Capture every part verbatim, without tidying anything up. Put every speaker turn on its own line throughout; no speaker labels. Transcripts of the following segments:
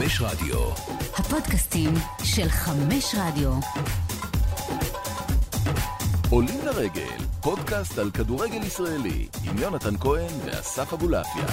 חמש רדיו.
הפודקאסטים של חמש רדיו.
עולים לרגל, פודקאסט על כדורגל ישראלי, עם יונתן כהן ואסף אבולעפיה.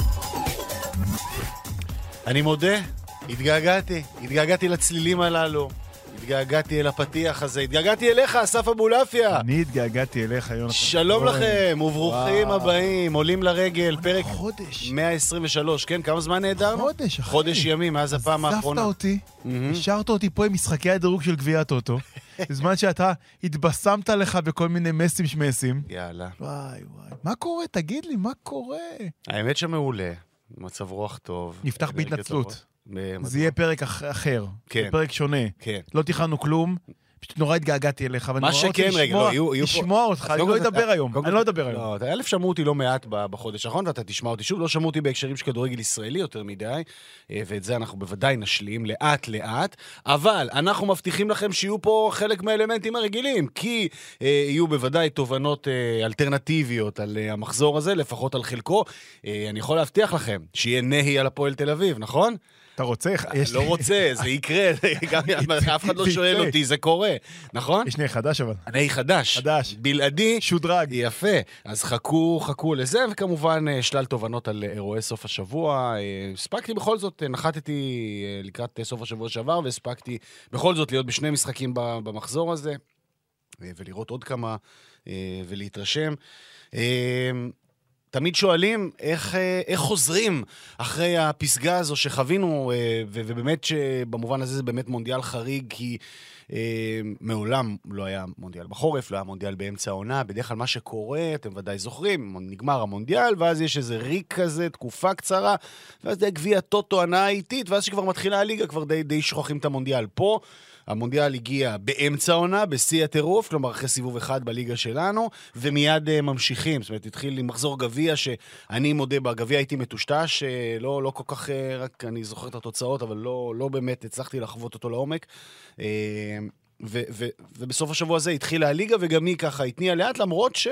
אני מודה, התגעגעתי, התגעגעתי לצלילים הללו, התגעגעתי אל הפתיח הזה, התגעגעתי אליך, אסף אבולעפיה.
אני התגעגעתי אליך, יונתן.
שלום לכם, וברוכים הבאים, עולים לרגל, פרק
חודש.
מאה עשרים ושלוש, כן? כמה זמן נהדרנו?
חודש, אחי.
חודש ימים, מאז הפעם האחרונה.
עזבת אותי, השארת אותי פה עם משחקי הדירוג של גביע הטוטו, בזמן שאתה התבשמת לך בכל מיני מסים שמסים.
יאללה.
וואי וואי. מה קורה? תגיד לי, מה קורה?
האמת שמעולה, מצב רוח טוב.
נפתח
אנרגיות
בהתנצלות.
טובות. ב-
זה יהיה פרק אח- אחר.
כן.
זה פרק שונה.
כן.
לא תכננו כלום. פשוט נורא התגעגעתי אליך, ואני
מה
נורא רוצה
שכן, רגע,
לשמוע-
לא, יהיו- יהיו פה-
לשמוע אותך,
אז
אני
קודם
לא
כל,
אדבר היום.
קודם
אני
כל-
לא אדבר היום.
לא, אלף שמעו אותי לא מעט ב- בחודש האחרון, ואתה תשמע אותי שוב, לא שמעו אותי בהקשרים של כדורגל ישראלי יותר מדי, אה, ואת זה אנחנו בוודאי נשלים לאט לאט, אבל אנחנו מבטיחים לכם שיהיו פה חלק מהאלמנטים הרגילים, כי אה, יהיו בוודאי תובנות אה, אלטרנטיביות על אה, המחזור הזה, לפחות על חלקו. אה, אני יכול להבטיח לכם שיהיה נהי על הפועל תל אביב, נכון?
אתה רוצה? יש
לא
לי-
רוצה, זה יקרה, גם אף אחד לא
זה
שואל
יקרה.
אותי, זה קורה, נכון?
יש לי חדש אבל.
נהי חדש.
חדש.
בלעדי.
שודרג.
יפה. אז חכו, חכו לזה, וכמובן אה, שלל תובנות על אירועי סוף השבוע. אה, הספקתי בכל זאת, אה, נחתתי אה, לקראת אה, סוף השבוע שעבר, והספקתי בכל זאת להיות בשני משחקים ב- במחזור הזה, אה, ולראות עוד כמה, אה, ולהתרשם. אה, תמיד שואלים איך, אה, איך חוזרים אחרי הפסגה הזו שחווינו, אה, ו- ובאמת שבמובן הזה זה באמת מונדיאל חריג, כי אה, מעולם לא היה מונדיאל בחורף, לא היה מונדיאל באמצע העונה. בדרך כלל מה שקורה, אתם ודאי זוכרים, נגמר המונדיאל, ואז יש איזה ריק כזה, תקופה קצרה, ואז די גביע טוטו עונה איטית, ואז שכבר מתחילה הליגה, כבר די, די שוכחים את המונדיאל. פה המונדיאל הגיע באמצע העונה, בשיא הטירוף, כלומר אחרי סיבוב אחד בליגה שלנו, ומיד uh, ממשיכים. זאת אומרת, התחיל עם מחזור גביע, שאני מודה בגביע הייתי מטושטש, uh, לא, לא כל כך, uh, רק אני זוכר את התוצאות, אבל לא, לא באמת הצלחתי לחוות אותו לעומק. Uh, ו- ו- ובסוף השבוע הזה התחילה הליגה, וגם היא ככה התניעה לאט, למרות ש...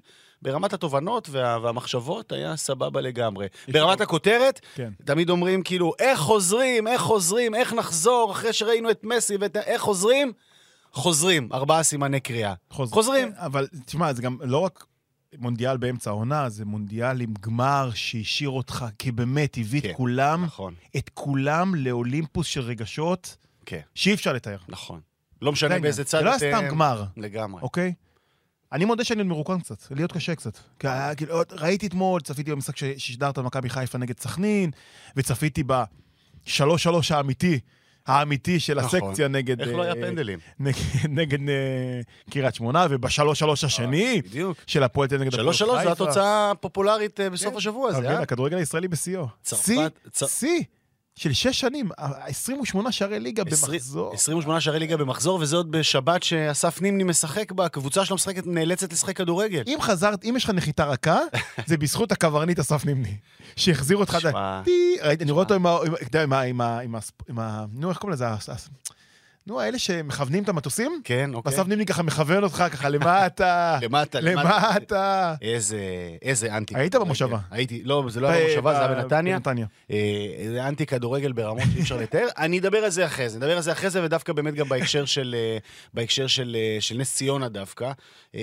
ברמת התובנות וה, והמחשבות היה סבבה לגמרי. ברמת הכותרת,
כן.
תמיד אומרים כאילו, איך חוזרים, איך חוזרים, איך נחזור, אחרי שראינו את מסי, ואת... איך חוזרים? חוזרים, ארבעה סימני קריאה.
חוז-
חוזרים.
אבל תשמע, זה גם לא רק מונדיאל באמצע העונה, זה מונדיאל עם גמר שהשאיר אותך, כי באמת הביא את
כן,
כולם,
נכון,
את כולם לאולימפוס של רגשות
כן,
שאי אפשר לתאר.
נכון. לא משנה
זה
באיזה
העניין.
צד
זה לא
אתם.
היה סתם גמר,
לגמרי.
אוקיי? אני מודה שאני מרוקן קצת, להיות קשה קצת. כי היה, כאילו, ראיתי אתמול, צפיתי במשחק ש- ששידרת על מכבי חיפה נגד סכנין, וצפיתי בשלוש שלוש האמיתי, האמיתי של
נכון.
הסקציה נגד...
איך לא היה
אה,
פנדלים?
נגד, נגד אה, קריית שמונה, ובשלוש שלוש השני
בדיוק.
של הפועל תל אביב נגד
שלוש שלוש, זו התוצאה הפופולרית אה, בסוף השבוע הזה, אה?
הכדורגל הישראלי בשיאו.
צרפת-
שיא,
צ-
שיא של שש שנים, עשרים ושמונה שערי ליגה במחזור.
עשרים ושמונה שערי ליגה במחזור, וזה עוד בשבת שאסף נימני משחק בה, הקבוצה שלו משחקת, נאלצת לשחק כדורגל.
אם חזרת, אם יש לך נחיתה רכה, זה בזכות הקברניט אסף נימני, שהחזיר אותך...
שמע,
טי, ראיתי, אני רואה אותו עם ה... עם- אתה יודע, עם ה... עם ה... עם ה... עם ה... נו, איך קוראים לזה? ה- ה- נו, האלה שמכוונים את המטוסים?
כן, אוקיי.
אסף נימני ככה מכוון אותך ככה למטה,
למטה,
למטה.
איזה, איזה אנטי.
היית במושבה?
הייתי, לא, זה לא היה במושבה, זה היה בנתניה.
בנתניה.
אה, זה אנטי כדורגל ברמות שאי אפשר לתאר. אני אדבר על זה אחרי זה, נדבר על זה אחרי זה, ודווקא באמת גם בהקשר של, אה, בהקשר של, אה, של נס ציונה דווקא, אה,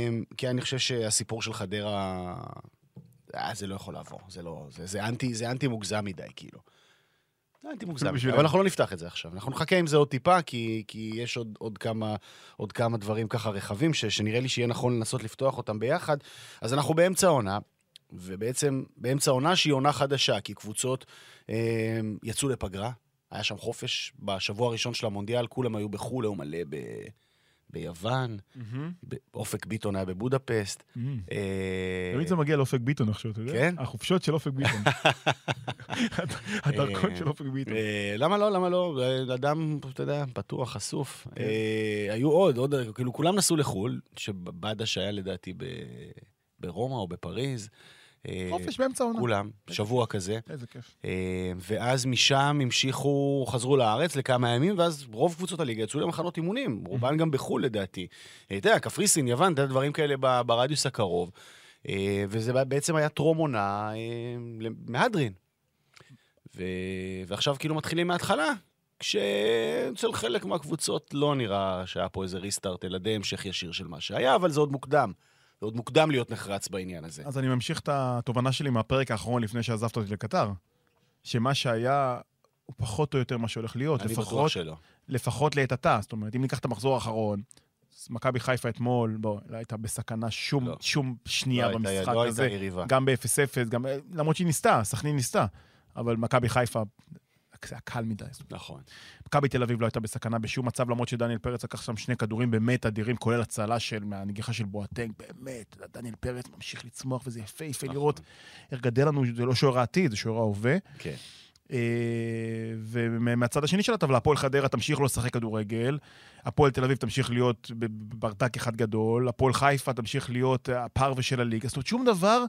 כי אני חושב שהסיפור של חדרה, אה, זה לא יכול לעבור, זה לא, זה, זה אנטי, זה אנטי מוגזם מדי, כאילו. זה אנטי מוגזם,
בשביל-
אבל אנחנו לא נפתח את זה עכשיו. אנחנו נחכה עם זה עוד טיפה, כי, כי יש עוד, עוד כמה, עוד כמה דברים ככה רחבים, ש, שנראה לי שיהיה נכון לנסות לפתוח אותם ביחד. אז אנחנו באמצע העונה, ובעצם באמצע העונה שהיא עונה חדשה, כי קבוצות אה, יצאו לפגרה, היה שם חופש בשבוע הראשון של המונדיאל, כולם היו בחול, היו מלא ב... ביוון, אופק ביטון היה בבודפסט. אה,
תמיד זה מגיע לאופק ביטון עכשיו, אתה יודע?
כן?
החופשות של אופק ביטון. הדרכון של אופק ביטון.
אה, למה לא, למה לא? אדם, אתה יודע, פתוח, חשוף. אה, היו עוד, עוד, כאילו, כולם נסעו לחול, שבאדה שהיה לדעתי ב- ברומא או בפריז. אה,
חופש באמצע העונה.
כולם, שבוע כזה.
איזה כיף.
אה, ואז משם המשיכו, חזרו לארץ לכמה ימים, ואז רוב קבוצות הליגה יצאו למחנות אימונים, רובן גם בחול לדעתי. אה, אתה יודע, קפריסין, יוון, אתה יודע, דברים כאלה ב- ברדיוס הקרוב. אה, וזה בעצם היה טרום עונה אה, למהדרין. ו... ועכשיו כאילו מתחילים מההתחלה, כשאצל חלק מהקבוצות לא נראה שהיה פה איזה ריסטארט, אלא די המשך ישיר של מה שהיה, אבל זה עוד מוקדם. זה עוד מוקדם להיות נחרץ בעניין הזה.
אז אני ממשיך את התובנה שלי מהפרק האחרון לפני שעזבת אותי לקטר, שמה שהיה הוא פחות או יותר מה שהולך להיות.
אני
לפחות,
בטוח שלא.
לפחות לעת עתה. זאת אומרת, אם ניקח את המחזור האחרון, מכבי חיפה אתמול, בוא, לא הייתה בסכנה שום,
לא.
שום שנייה
לא
במשחק
הייתה, לא
הזה.
הייתה יריבה.
גם ב-אפס אפס, גם, למרות שהיא ניסתה, סכנין ניסתה. אבל מכבי חיפה, זה היה קל מדי.
נכון.
מכבי תל אביב לא הייתה בסכנה בשום מצב, למרות שדניאל פרץ לקח שם שני כדורים באמת אדירים, כולל הצלה של, מהנגיחה של בואטנג, באמת, דניאל פרץ ממשיך לצמוח, וזה יפה, יפה נכון. לראות, איך גדל לנו, זה לא שוער העתיד, זה שוער ההווה.
כן.
ומהצד השני של הטבלה, הפועל חדרה תמשיך לא לשחק כדורגל, הפועל תל אביב תמשיך להיות ברדק אחד גדול, הפועל חיפה תמשיך להיות הפרווה של הליגה, זאת אומרת, שום דבר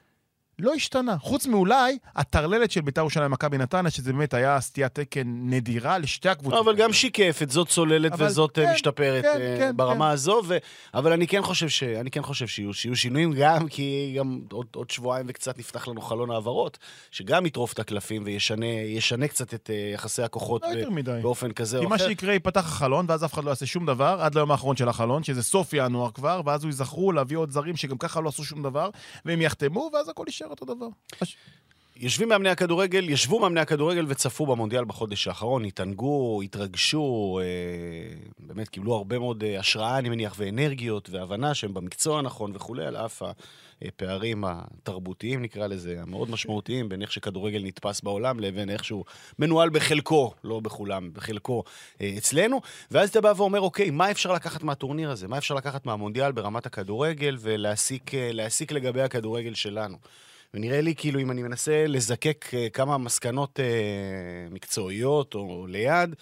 לא השתנה. חוץ מאולי, הטרללת של בית"ר ירושלים מכבי נתניה, שזה באמת היה סטיית תקן נדירה לשתי הקבוצות.
אבל גם שיקפת, זאת צוללת וזאת משתפרת ברמה הזו, אבל אני כן חושב ש... אני כן חושב שיהיו שינויים גם, כי גם עוד שבועיים וקצת נפתח לנו חלון העברות, שגם יטרוף את הקלפים וישנה קצת את יחסי הכוחות באופן כזה או אחר.
כי מה שיקרה, ייפתח החלון, ואז אף אחד לא יעשה שום דבר, עד ליום האחרון של החלון, שזה סוף ינואר כבר, ואז הוא יזכרו להביא עוד זרים שגם ככה לא עשו שום דבר, והם יחתמו, ואז הכל יישאר אותו דבר.
יושבים מאמני הכדורגל, ישבו מאמני הכדורגל וצפו במונדיאל בחודש האחרון, התענגו, התרגשו, באמת קיבלו הרבה מאוד השראה, אני מניח, ואנרגיות, והבנה שהם במקצוע הנכון וכו', על אף הפערים התרבותיים, נקרא לזה, המאוד משמעותיים, בין איך שכדורגל נתפס בעולם, לבין איך שהוא מנוהל בחלקו, לא בכולם, בחלקו אצלנו, ואז אתה בא ואומר, אוקיי, מה אפשר לקחת מהטורניר הזה? מה אפשר לקחת מהמונדיאל ברמת הכדורגל, ולהסיק להסיק לגבי הכדורגל שלנו? ונראה לי כאילו אם אני מנסה לזקק כמה מסקנות אה, מקצועיות או ליד,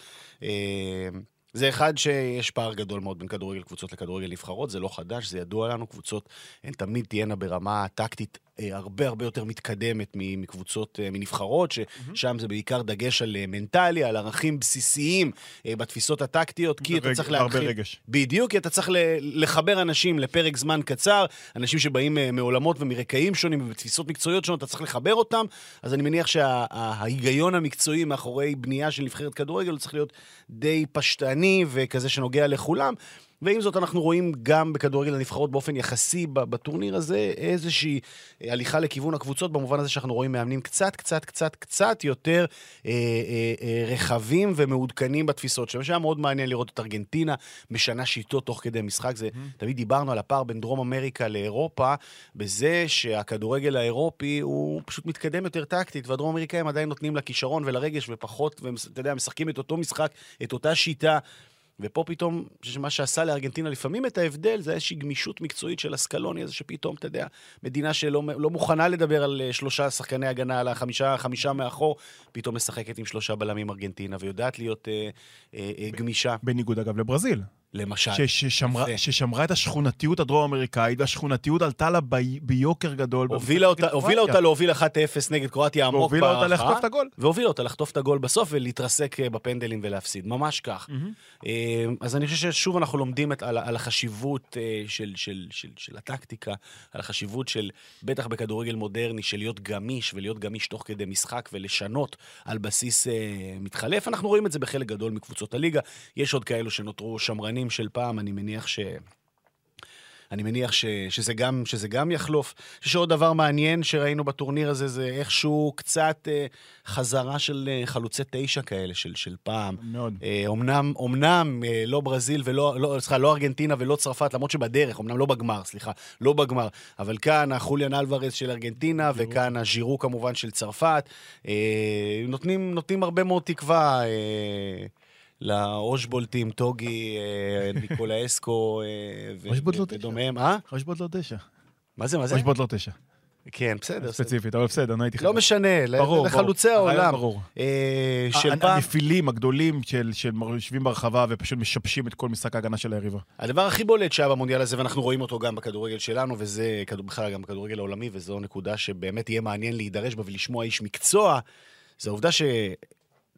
אה, זה אחד שיש פער גדול מאוד בין כדורגל קבוצות לכדורגל נבחרות, זה לא חדש, זה ידוע לנו, קבוצות הן תמיד תהיינה ברמה טקטית אה, הרבה הרבה יותר מתקדמת מקבוצות, אה, מנבחרות, ששם זה בעיקר דגש על מנטלי, על ערכים בסיסיים אה, בתפיסות הטקטיות, כי אתה צריך להרחיב...
רגש.
בדיוק, כי אתה צריך לחבר אנשים לפרק זמן קצר, אנשים שבאים מעולמות ומרקעים שונים ובתפיסות מקצועיות שונות, אתה צריך לחבר אותם, אז אני מניח שההיגיון המקצועי מאחורי בנייה של נבחרת כדורגל צריך להיות די פשטני וכזה שנוגע לכולם. ועם זאת אנחנו רואים גם בכדורגל הנבחרות באופן יחסי בטורניר הזה איזושהי הליכה לכיוון הקבוצות, במובן הזה שאנחנו רואים מאמנים קצת, קצת, קצת, קצת יותר אה, אה, אה, רחבים ומעודכנים בתפיסות שלהם. שהיה מאוד מעניין לראות את ארגנטינה משנה שיטות תוך כדי משחק. זה, mm-hmm. תמיד דיברנו על הפער בין דרום אמריקה לאירופה, בזה שהכדורגל האירופי הוא פשוט מתקדם יותר טקטית, והדרום אמריקאים עדיין נותנים לה כישרון ולרגש ופחות, ואתה יודע, משחקים את אותו משחק, את אותה שיטה, ופה פתאום, מה שעשה לארגנטינה לפעמים את ההבדל, זה איזושהי גמישות מקצועית של אסקלוני, איזה שפתאום, אתה יודע, מדינה שלא לא מוכנה לדבר על שלושה שחקני הגנה, על החמישה, חמישה מאחור, פתאום משחקת עם שלושה בלמים ארגנטינה, ויודעת להיות אה, אה, אה, גמישה.
בניגוד אגב לברזיל.
למשל.
ששמרה, ששמרה את השכונתיות הדרום-אמריקאית, והשכונתיות עלתה לה ב, ביוקר גדול.
הובילה אותה, הובילה אותה להוביל אחת אפס נגד קרואטיה עמוק
בהובילה אותה לחטוף את הגול.
והובילה אותה לחטוף את הגול בסוף ולהתרסק בפנדלים ולהפסיד. ממש כך. Mm-hmm. אז אני חושב ששוב אנחנו לומדים את, על, על החשיבות של, של, של, של הטקטיקה, על החשיבות של, בטח בכדורגל מודרני, של להיות גמיש ולהיות גמיש תוך כדי משחק ולשנות על בסיס uh, מתחלף. אנחנו רואים את זה בחלק גדול מקבוצות הליגה. יש עוד כאלו שנותרו שמרנים של פעם, אני מניח ש... אני מניח ש... שזה גם, שזה גם יחלוף. יש עוד דבר מעניין שראינו בטורניר הזה, זה איכשהו קצת אה, חזרה של אה, חלוצי תשע כאלה, של, של פעם.
מאוד.
אה, אומנם, אומנם אה, לא ברזיל ולא, לא, סליחה, לא ארגנטינה ולא צרפת, למרות שבדרך, אומנם לא בגמר, סליחה, לא בגמר, אבל כאן החוליאן אלוורז של ארגנטינה, ז'ירו. וכאן הז'ירו כמובן של צרפת. אה, נותנים, נותנים הרבה מאוד תקווה, אה, לאושבולטים, טוגי, ניקולה אסקו ודומיהם. אה?
אושבולט לא תשע.
מה זה, מה זה?
אושבולט לא תשע.
כן, בסדר.
ספציפית, אבל בסדר, אני הייתי חבר.
לא משנה, לחלוצי העולם.
ברור.
של פעם...
הנפילים הגדולים של יושבים ברחבה ופשוט משבשים את כל משחק ההגנה של היריבה.
הדבר הכי בולט שהיה במונדיאל הזה, ואנחנו רואים אותו גם בכדורגל שלנו, וזה בכלל גם בכדורגל העולמי, וזו נקודה שבאמת יהיה מעניין להידרש בה ולשמוע איש מקצוע, זה העובדה ש...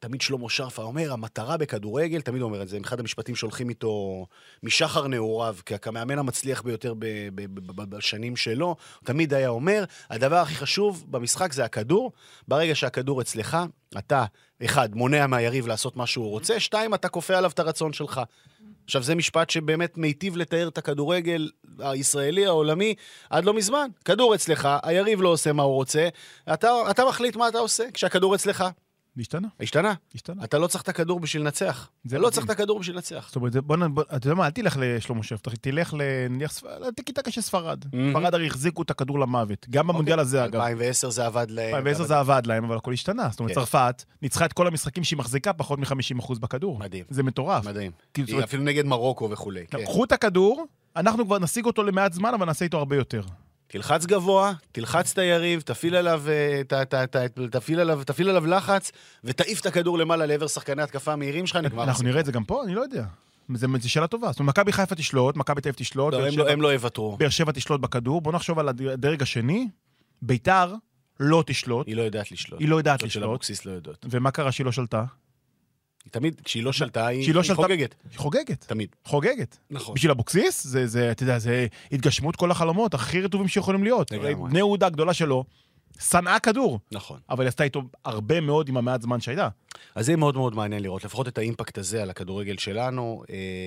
תמיד שלמה שרפה אומר, המטרה בכדורגל, תמיד אומר את זה, אחד המשפטים שהולכים איתו משחר נעוריו, כמאמן המצליח ביותר בשנים שלו, תמיד היה אומר, הדבר הכי חשוב במשחק זה הכדור, ברגע שהכדור אצלך, אתה, אחד, מונע מהיריב לעשות מה שהוא רוצה, שתיים, אתה כופה עליו את הרצון שלך. עכשיו, זה משפט שבאמת מיטיב לתאר את הכדורגל הישראלי, העולמי, עד לא מזמן. כדור אצלך, היריב לא עושה מה הוא רוצה, אתה, אתה מחליט מה אתה עושה כשהכדור אצלך.
השתנה.
השתנה.
השתנה.
אתה לא צריך את הכדור בשביל לנצח. אתה לא צריך את הכדור בשביל לנצח.
זאת אומרת, בוא, בוא, אתה יודע מה, אל תלך לשלמה שרף, תלך לנניח, תקטע קשה ספרד. ספרד הרי החזיקו את הכדור למוות. גם במונדיאל הזה, אגב.
אלפיים ועשר זה עבד להם.
אלפיים ועשר זה עבד להם, אבל הכל השתנה. זאת אומרת, צרפת ניצחה את כל המשחקים שהיא מחזיקה פחות מ-חמישים אחוז בכדור.
מדהים.
זה מטורף.
מדהים. אפילו נגד מרוקו וכו'.
קחו את הכדור, אנחנו כבר נשיג אותו למעט זמן, אבל נעשה איתו הרבה יותר.
תלחץ גבוה, תלחץ את היריב, תפיל עליו, תפיל עליו, תפיל עליו לחץ, ותעיף את הכדור למעלה לעבר שחקני התקפה מהירים שלך, נגמר.
אנחנו נראה את זה גם פה? אני לא יודע. זו שאלה טובה. זאת אומרת, מכבי חיפה תשלוט, מכבי תל אביב תשלוט.
הם לא יוותרו.
באר שבע תשלוט בכדור. בוא נחשוב על הדרג השני. ביתר לא תשלוט.
היא לא יודעת לשלוט.
היא לא יודעת לשלוט. ומה קרה שהיא לא שלטה?
תמיד, כשהיא לא שלטה, היא חוגגת.
היא חוגגת.
תמיד.
חוגגת.
נכון.
בשביל אבוקסיס, זה, אתה יודע, זה התגשמות כל החלומות, הכי רטובים שיכולים להיות. בני יהודה הגדולה שלו, שנאה כדור.
נכון.
אבל היא עשתה איתו הרבה מאוד עם המעט זמן שהייתה.
אז זה מאוד מאוד מעניין לראות, לפחות את האימפקט הזה על הכדורגל שלנו,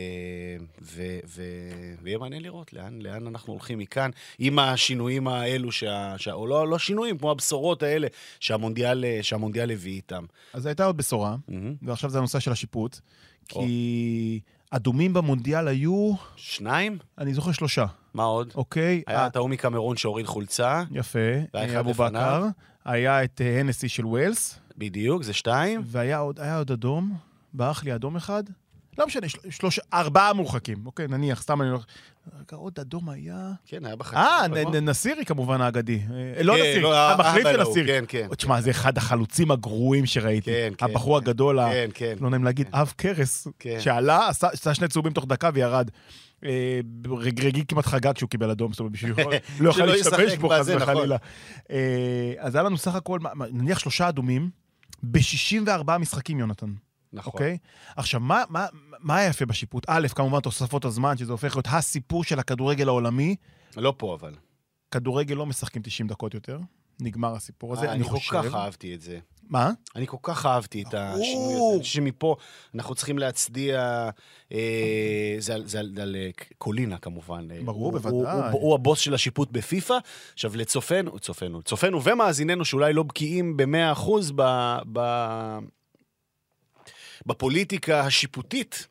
ויהיה מעניין לראות לאן, לאן אנחנו הולכים מכאן, עם השינויים האלו, או לא, לא שינויים, כמו הבשורות האלה, שהמונדיאל, שהמונדיאל הביא איתם.
אז זו הייתה עוד בשורה, ועכשיו זה הנושא של השיפוט, כי אדומים במונדיאל היו...
שניים?
אני זוכר שלושה.
מה עוד?
אוקיי.
היה את ההוא מקמרון שהוריד חולצה.
יפה. היה אבו בכר. היה את הנסי של ווילס.
בדיוק, זה שתיים.
והיה עוד, היה עוד אדום. ברח לי אדום אחד. לא משנה, שלוש, ארבעה מורחקים. אוקיי, נניח, סתם אני לא... רגע, עוד אדום היה...
כן, היה בחצי.
אה, נסירי כמובן האגדי. לא נסירי, המחליף של נסירי.
כן, כן.
תשמע, זה אחד החלוצים הגרועים שראיתי.
כן, כן.
הבחור הגדול,
כן, כן.
לא נעים להגיד, אב קרס, שעלה, עשה שני צהובים תוך דקה וירד. רגרגי כמעט חגג כשהוא קיבל אדום, זאת אומרת, בשביל לא יוכל להשתמש בו חס וחלילה. אז היה לנו סך הכל, נניח שלושה אדומים, ב-שישים וארבעה משחקים, יונתן.
נכון.
אוקיי? עכשיו, מה, מה, מה היה יפה בשיפוט? א', כמובן תוספות הזמן, שזה הופך להיות הסיפור של הכדורגל העולמי.
לא פה, אבל.
כדורגל לא משחקים תשעים דקות יותר. נגמר הסיפור הזה, אני חושב.
אני כל כך אהבתי את זה.
מה?
אני כל כך אהבתי את השינוי הזה. אני חושב שמפה אנחנו צריכים להצדיע, זה על קולינה כמובן.
ברור, בוודאי.
הוא הבוס של השיפוט בפיפה. עכשיו, לצופנו, צופנו, צופנו ומאזיננו שאולי לא בקיאים ב-מאה אחוז בפוליטיקה השיפוטית,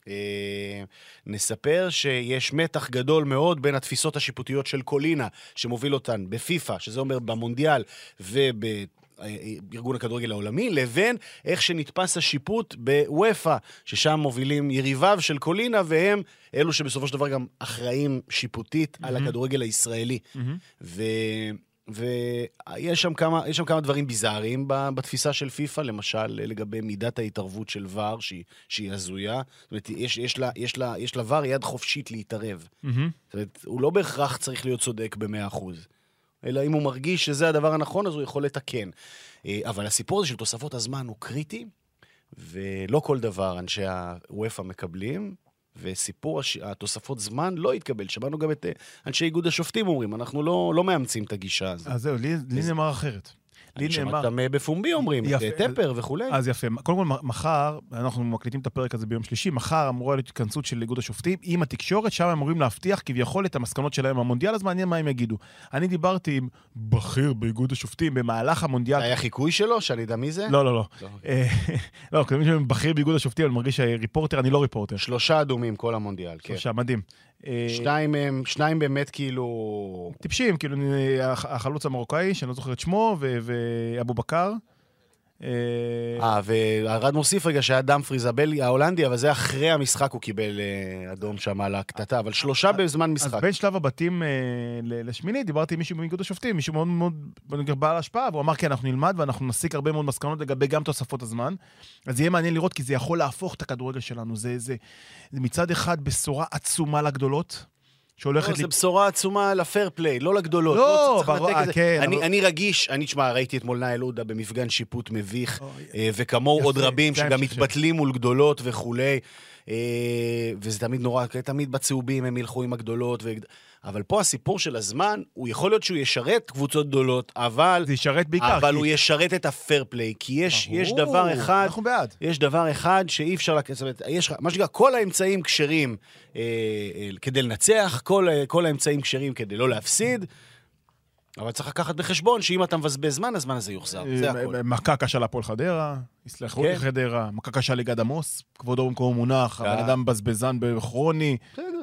נספר שיש מתח גדול מאוד בין התפיסות השיפוטיות של קולינה, שמוביל אותן בפיפה, שזה אומר במונדיאל ובארגון הכדורגל העולמי, לבין איך שנתפס השיפוט בוויפה, ששם מובילים יריביו של קולינה, והם אלו שבסופו של דבר גם אחראים שיפוטית על הכדורגל הישראלי. ו... ויש שם כמה, יש שם כמה דברים ביזאריים בתפיסה של פיפה, למשל לגבי מידת ההתערבות של ור, שהיא, שהיא הזויה. זאת אומרת, יש, יש לה, יש לה, יש לה ור יד חופשית להתערב. Mm-hmm. זאת אומרת, הוא לא בהכרח צריך להיות צודק במאה אחוז. אלא אם הוא מרגיש שזה הדבר הנכון, אז הוא יכול לתקן. אבל הסיפור הזה של תוספות הזמן הוא קריטי, ולא כל דבר אנשי הוויפה מקבלים, וסיפור התוספות זמן לא התקבל. שמענו גם את אנשי איגוד השופטים אומרים, אנחנו לא, לא מאמצים את הגישה הזאת.
אז זהו, לי, לי נאמר אחרת.
אני שמעת אותם בפומבי אומרים, טפר וכולי.
אז יפה. קודם כל, מחר, אנחנו מקליטים את הפרק הזה ביום שלישי, מחר אמורה להיות התכנסות של איגוד השופטים עם התקשורת, שם הם אמורים להבטיח כביכול את המסקנות שלהם המונדיאל, אז מעניין מה הם יגידו. אני דיברתי עם בכיר באיגוד השופטים במהלך המונדיאל.
היה חיקוי שלו, שאני יודע מי זה?
לא, לא, לא. לא, כדי שאני בכיר באיגוד השופטים, אני מרגיש שריפורטר, אני לא ריפורטר.
שלושה אדומים כל המונדיאל, כן.
שלושה, מדהים.
שניים, שניים באמת כאילו...
טיפשים, כאילו החלוץ המרוקאי, שאני לא זוכר את שמו, ואבו בכר.
אה, והרד מוסיף רגע שהיה דמפריז ההולנדי, אבל זה אחרי המשחק הוא קיבל אדום שם על הקטטה, אבל שלושה בזמן משחק.
אז בין שלב הבתים לשמיני, דיברתי עם מישהו מאיגוד השופטים, מישהו מאוד מאוד בעל השפעה, והוא אמר, כן, אנחנו נלמד ואנחנו נסיק הרבה מאוד מסקנות לגבי גם תוספות הזמן, אז יהיה מעניין לראות, כי זה יכול להפוך את הכדורגל שלנו. זה מצד אחד בשורה עצומה לגדולות, שהולכת...
זה בשורה עצומה לפייר פליי, לא לגדולות.
לא, כן.
אני רגיש, אני תשמע, ראיתי אתמול נאיל עודה במפגן שיפוט מביך, וכמו עוד רבים שגם מתבטלים מול גדולות וכולי, וזה תמיד נורא, תמיד בצהובים הם ילכו עם הגדולות, אבל פה הסיפור של הזמן, הוא יכול להיות שהוא ישרת קבוצות גדולות, אבל...
זה ישרת בעיקר.
אבל הוא ישרת את הפייר פליי, כי יש, יש דבר אחד...
אנחנו בעד.
יש דבר אחד שאי אפשר... יש, מה שגע, כל האמצעים כשרים אה, אה, כדי לנצח, כל, כל האמצעים כשרים כדי לא להפסיד, אבל צריך לקחת בחשבון שאם אתה מבזבז זמן, הזמן הזה יוחזר. זה הכל.
מכה קשה לפועל חדרה, יסלחו לי חדרה, מכה קשה ליגד עמוס, כבודו במקום מונח, הבן אדם בזבזן בכרוני.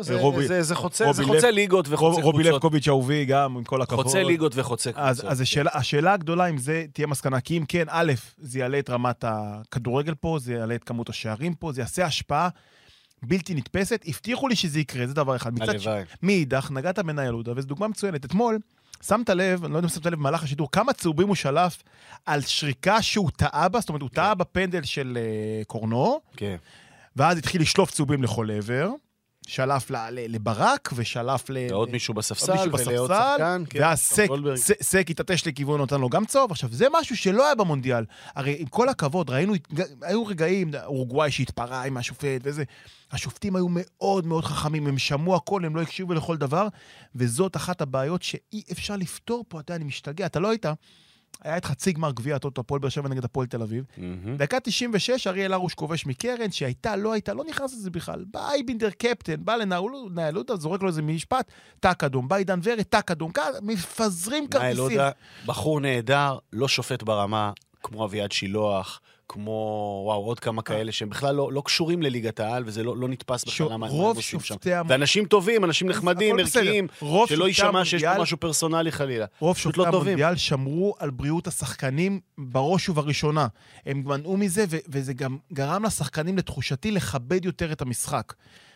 זה חוצה ליגות וחוצה קבוצות.
רובי לבקוביץ' אהובי גם, עם כל הכבוד.
חוצה ליגות וחוצה קבוצות.
אז השאלה הגדולה אם זה תהיה מסקנה, כי אם כן, א', זה יעלה את רמת הכדורגל פה, זה יעלה את כמות השערים פה, זה יעשה השפעה בלתי נתפסת. הבטיחו לי שזה יקרה, זה דבר אחד. מאידך, נגעת מנהל עודה, וזו דוגמה מצוינת. אתמול שמת לב, אני לא יודע אם שמת לב במהלך השידור, כמה צהובים הוא שלף על שריקה שהוא טעה בה, זאת אומרת, הוא טעה בפנדל של קורנו, ואז התחיל לשלוף צהובים לכל עבר, שלף לברק, ושלף
לעוד מישהו בספסל, ולעוד שחקן,
ואז סק התעטש לכיוון, נותן לו גם צהוב. עכשיו, זה משהו שלא היה במונדיאל. הרי עם כל הכבוד, ראינו, היו רגעים, אורוגוואי שהתפרע עם השופט וזה, השופטים היו מאוד מאוד חכמים, הם שמעו הכל, הם לא הקשיבו לכל דבר, וזאת אחת הבעיות שאי אפשר לפתור פה. אתה יודע, אני משתגע, אתה לא היית, היה את חצי גמר גביע הטוטו, הפועל באר שבע נגד הפועל תל אביב. דקה תשעים ושש, אריאל הרוש כובש מקרן, שהייתה, לא הייתה, לא נכנס לזה בכלל. בא אייבינדר קפטן, בא לנהל עודה, זורק לו איזה משפט, טק אדום, בא עידן ורד, טק אדום, מפזרים כרטיסים. נהל עודה,
בחור נהדר, לא שופט ברמה, כמו אביעד שילוח, כמו, וואו, עוד כמה כאלה שהם בכלל לא, לא קשורים לליגת העל, וזה לא, לא נתפס בכלל למה
הם עושים שם.
ואנשים טובים, אנשים נחמדים, ערכיים, שלא יישמע שיש פה משהו פרסונלי חלילה.
רוב שופטי המונדיאל שמרו על בריאות השחקנים בראש ובראשונה. הם מנעו מזה, ו- וזה גם גרם לשחקנים לתחושתי לכבד יותר את המשחק.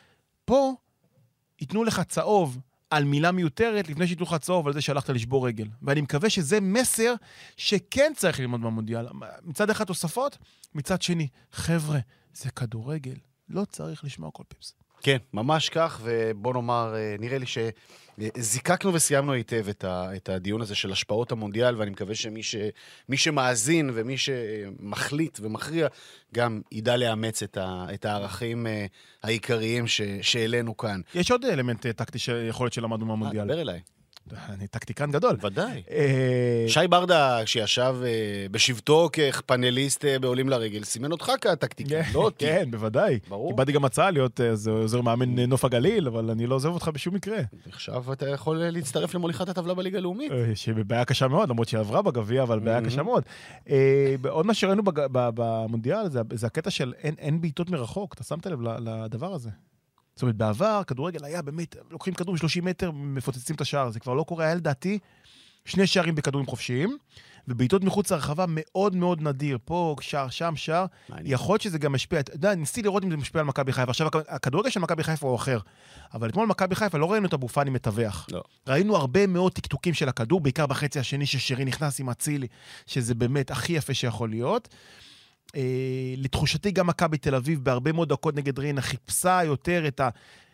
פה ייתנו לך צהוב על מילה מיותרת, לפני שיתנו לך צהוב על זה שהלכת לשבור רגל. ואני מקווה שזה מסר שכן צריך ללמוד במונדיאל. מצד אחד תוספות, מצד שני, חבר'ה, זה כדורגל. לא צריך לשמוע כל פיפס.
כן, ממש כך, ובוא נאמר, נראה לי שזיקקנו וסיימנו היטב את הדיון הזה של השפעות המונדיאל, ואני מקווה שמי ש, מי שמאזין ומי שמחליט ומכריע, גם ידע לאמץ את הערכים העיקריים שהעלינו כאן.
יש עוד אלמנט טקטי שיכול להיות שלמדנו מהמונדיאל.
דבר אליי.
אני טקטיקן גדול.
ודאי. שי ברדה, כשישב בשבתו כפאנליסט בעולים לרגל, סימן אותך כטקטיקן, לא אותי.
כן, בוודאי. ברור. קיבלתי גם הצעה להיות עוזר מאמן נוף הגליל, אבל אני לא עוזב אותך בשום מקרה.
עכשיו אתה יכול להצטרף למוליכת הטבלה בליגה הלאומית.
שבעיה קשה מאוד, למרות שהיא עברה בגביע, אבל בעיה קשה מאוד. עוד מה שראינו במונדיאל, זה הקטע של אין בעיטות מרחוק. אתה שמת לב לדבר הזה? זאת אומרת, בעבר, כדורגל היה באמת, לוקחים כדור שלושים מטר, מפוצצים את השער. זה כבר לא קורה, היה לדעתי שני שערים בכדורים חופשיים, ובעיטות מחוץ לרחבה מאוד מאוד נדיר. פה, שער, שם, שער. יכול להיות שזה גם משפיע. אתה יודע, ניסיתי לראות אם זה משפיע על מכבי חיפה. עכשיו, הכדורגל של מכבי חיפה הוא אחר. אבל אתמול מכבי חיפה לא ראינו את אבו פאני מתווך. לא. ראינו הרבה מאוד טקטוקים של הכדור, בעיקר בחצי השני ששירי נכנס עם אצילי, שזה באמת הכי יפה שיכול להיות. Uh, לתחושתי גם מכבי תל אביב בהרבה מאוד דקות נגד ריינה חיפשה יותר את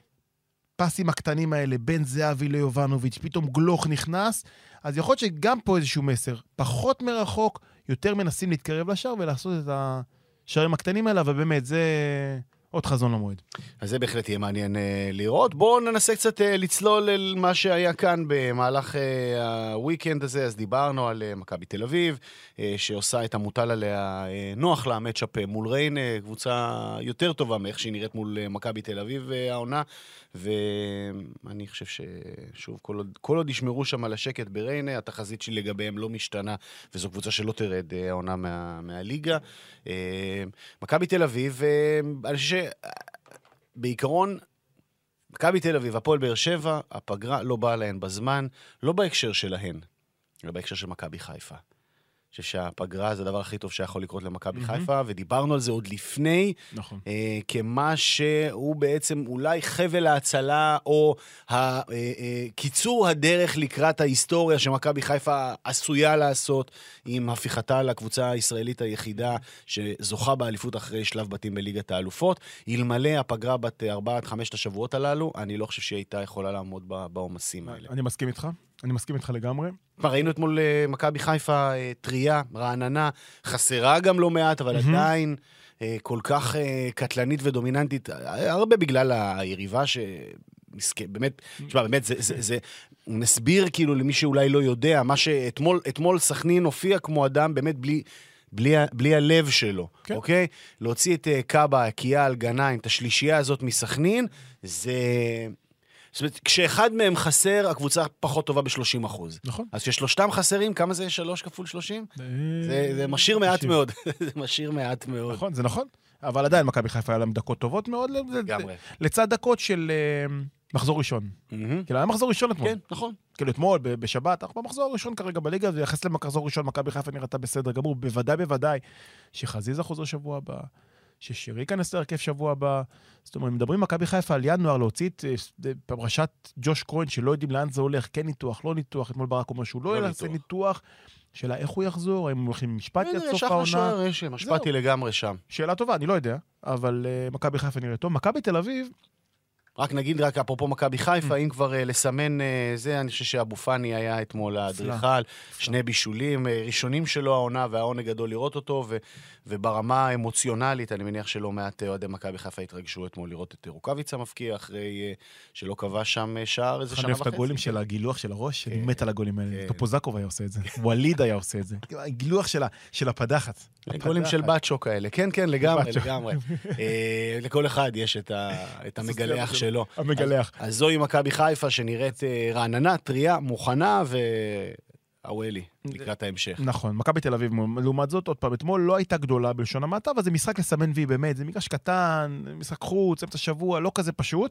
הפסים הקטנים האלה בין זהבי ליובנוביץ', פתאום גלוך נכנס, אז יכול להיות שגם פה איזשהו מסר, פחות מרחוק, יותר מנסים להתקרב לשער ולעשות את השערים הקטנים האלה, ובאמת זה עוד חזון למועד.
אז זה בהחלט יהיה מעניין uh, לראות. בואו ננסה קצת uh, לצלול אל מה שהיה כאן במהלך uh, הוויקנד הזה. אז דיברנו על uh, מכבי תל אביב, uh, שעושה את המוטל עליה uh, נוח לה, מצ'אפ מול ריינה, קבוצה יותר טובה מאיך שהיא נראית מול uh, מכבי תל אביב uh, העונה, ואני חושב ששוב, כל עוד, כל עוד ישמרו שם על השקט בריינה, התחזית שלי לגביהם לא משתנה, וזו קבוצה שלא תרד uh, העונה מה, מהליגה. Uh, מכבי תל אביב, uh, אני חושב בעיקרון, מכבי תל אביב, הפועל באר שבע, הפגרה לא באה להן בזמן, לא בהקשר שלהן, אלא בהקשר של מכבי חיפה. חושב שהפגרה זה הדבר הכי טוב שיכול לקרות למכבי חיפה, ודיברנו על זה עוד לפני,
נכון.
אה, כמה שהוא בעצם אולי חבל ההצלה, או קיצור הדרך לקראת ההיסטוריה שמכבי חיפה עשויה לעשות, עם הפיכתה לקבוצה הישראלית היחידה שזוכה באליפות אחרי שלב בתים בליגת האלופות. אלמלא הפגרה בת ארבעת חמשת השבועות הללו, אני לא חושב שהיא הייתה יכולה לעמוד בעומסים האלה.
אני מסכים איתך, אני מסכים איתך לגמרי.
כבר ראינו אתמול מכבי חיפה טריה, רעננה, חסרה גם לא מעט, אבל עדיין כל כך קטלנית ודומיננטית, הרבה בגלל היריבה ש... באמת, תשמע, באמת, זה, זה, זה נסביר כאילו למי שאולי לא יודע, מה שאתמול, אתמול סכנין הופיע כמו אדם באמת בלי, בלי, בלי הלב שלו, כן. אוקיי? להוציא את קאבה, קיאל, גנאים, את השלישייה הזאת מסכנין, זה... זאת אומרת, כשאחד מהם חסר, הקבוצה פחות טובה ב-שלושים אחוז.
נכון.
אז כששלושתם חסרים, כמה זה שלוש כפול שלושים? זה, זה משאיר מעט מאוד. זה משאיר מעט מאוד.
נכון, זה נכון. אבל עדיין מכבי חיפה היה להם דקות טובות מאוד.
גמרי.
לצד דקות של מחזור ראשון. כאילו, היה מחזור ראשון אתמול.
כן, נכון.
כאילו, אתמול, בשבת, אנחנו במחזור ראשון כרגע בליגה, ויחס למחזור ראשון, מכבי חיפה נראתה בסדר גמור, בוודאי, בוודאי, שחזיזה חוזר שבוע הבא, ששירי ייכנס להרכב שבוע הבא. זאת אומרת, מדברים מכבי חיפה על ינואר להוציא את פרשת ג'וש קרוין, שלא יודעים לאן זה הולך, כן ניתוח, לא ניתוח, אתמול ברק אומר שהוא לא יעשה ניתוח, שאלה איך הוא יחזור, האם הוא הולכים משפט עד סוף העונה.
משפטי לגמרי שם.
שאלה טובה, אני לא יודע, אבל מכבי חיפה נראה טוב. מכבי תל אביב,
רק נגיד, רק אפרופו מכבי חיפה, אם כבר לסמן זה, אני חושב שאבו פאני היה אתמול האדריכל, שני בישולים ראשונים שלו העונה, והעונג גדול לראות אותו, וברמה האמוציונלית, אני מניח שלא מעט אוהדי מכבי חיפה התרגשו אתמול לראות את רוקאביצה מפקיע, אחרי שלא קבע שם שער איזה שנה וחצי.
חנף את הגולים של הגילוח של הראש, אני מת על הגולים האלה. טופוזקוב היה עושה את זה, ווליד היה עושה את זה. הגילוח של הפדחת.
גולים של בצ'ו כאלה, כן, כן, לגמרי, לגמרי. לכל אחד יש את המגלח שלו.
המגלח.
אז זוהי מכבי חיפה שנראית רעננה, טריה, מוכנה והוואלי, לקראת ההמשך.
נכון, מכבי תל אביב, לעומת זאת, עוד פעם, אתמול לא הייתה גדולה בלשון המעטה, אבל זה משחק לסמן וי באמת, זה מגרש קטן, משחק חוץ, אמצע שבוע, לא כזה פשוט.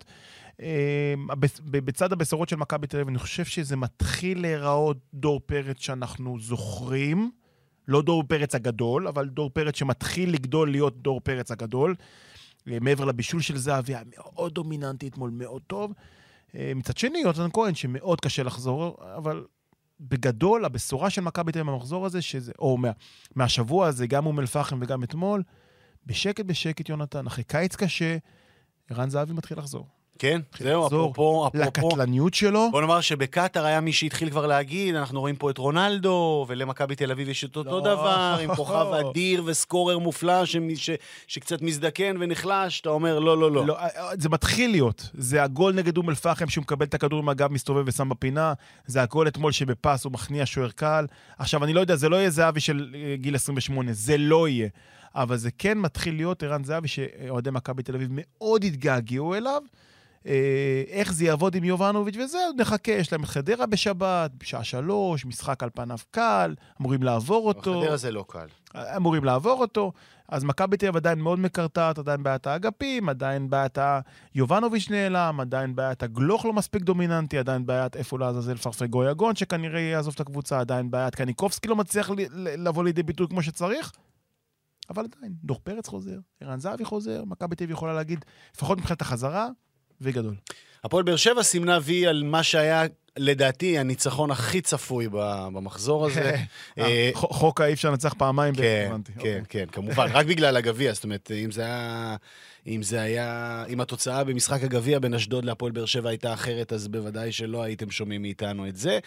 בצד הבשורות של מכבי תל אביב, אני חושב שזה מתחיל להיראות דור פרץ שאנחנו זוכרים, לא דור פרץ הגדול, אבל דור פרץ שמתחיל לגדול להיות דור פרץ הגדול, מעבר לבישול של זהבי, היה מאוד דומיננטי אתמול, מאוד טוב. מצד שני, יונתן כהן, שמאוד קשה לחזור, אבל בגדול, הבשורה של מכבי תל אביב במחזור הזה, שזה, או מה, מהשבוע הזה, גם אום אל-פחם וגם אתמול, בשקט בשקט, יונתן, אחרי קיץ קשה, ערן זהבי מתחיל לחזור.
כן, זהו, אפרופו, אפרופו.
לקטלניות שלו.
בוא נאמר שבקטר היה מי שהתחיל כבר להגיד, אנחנו רואים פה את רונלדו, ולמכבי תל אביב יש את אותו דבר, עם כוכב אדיר וסקורר מופלא, שקצת מזדקן ונחלש, אתה אומר, לא, לא, לא.
זה מתחיל להיות. זה הגול נגד אום אל-פחם, שהוא מקבל את הכדור עם הגב, מסתובב ושם בפינה, זה הגול אתמול שבפס הוא מכניע שוער קל. עכשיו, אני לא יודע, זה לא יהיה זהבי של גיל עשרים ושמונה, זה לא יהיה. אבל זה כן מתחיל להיות ערן זהבי, שאוהדי מכבי תל אביב מאוד התגעגעו אליו. איך זה יעבוד עם יובנוביץ' וזה, נחכה, יש להם את חדרה בשבת, בשעה שלוש, משחק על פניו קל, אמורים לעבור אותו.
חדרה זה לא קל.
אמורים לעבור אותו, אז מכבי תל אביב עדיין מאוד מקרטעת, עדיין בעיית האגפים, עדיין בעיית יובנוביץ' נעלם, עדיין בעיית הגלוך לא מספיק דומיננטי, עדיין בעיית איפה לעזאזל פרפי גויגון, שכנראה יעזוב את הקבוצה, עדיין בעיית קניקובסקי לא מצליח לבוא לידי ביטוי כמו שצריך, אבל עדיין, דור פרץ חוזר, ערן זהבי חוזר, מכבי תל אביב יכולה להגיד, לפחות מבחינת החזרה, וי גדול.
הפועל באר שבע סימנה וי על מה שהיה, לדעתי, הניצחון הכי צפוי במחזור הזה.
חוק אי אפשר לנצח פעמיים.
כן, כן, כן, כמובן. רק בגלל הגביע, זאת אומרת, אם זה היה... אם זה היה... אם התוצאה במשחק הגביע בין אשדוד להפועל באר שבע הייתה אחרת, אז בוודאי שלא הייתם שומעים מאיתנו את זה.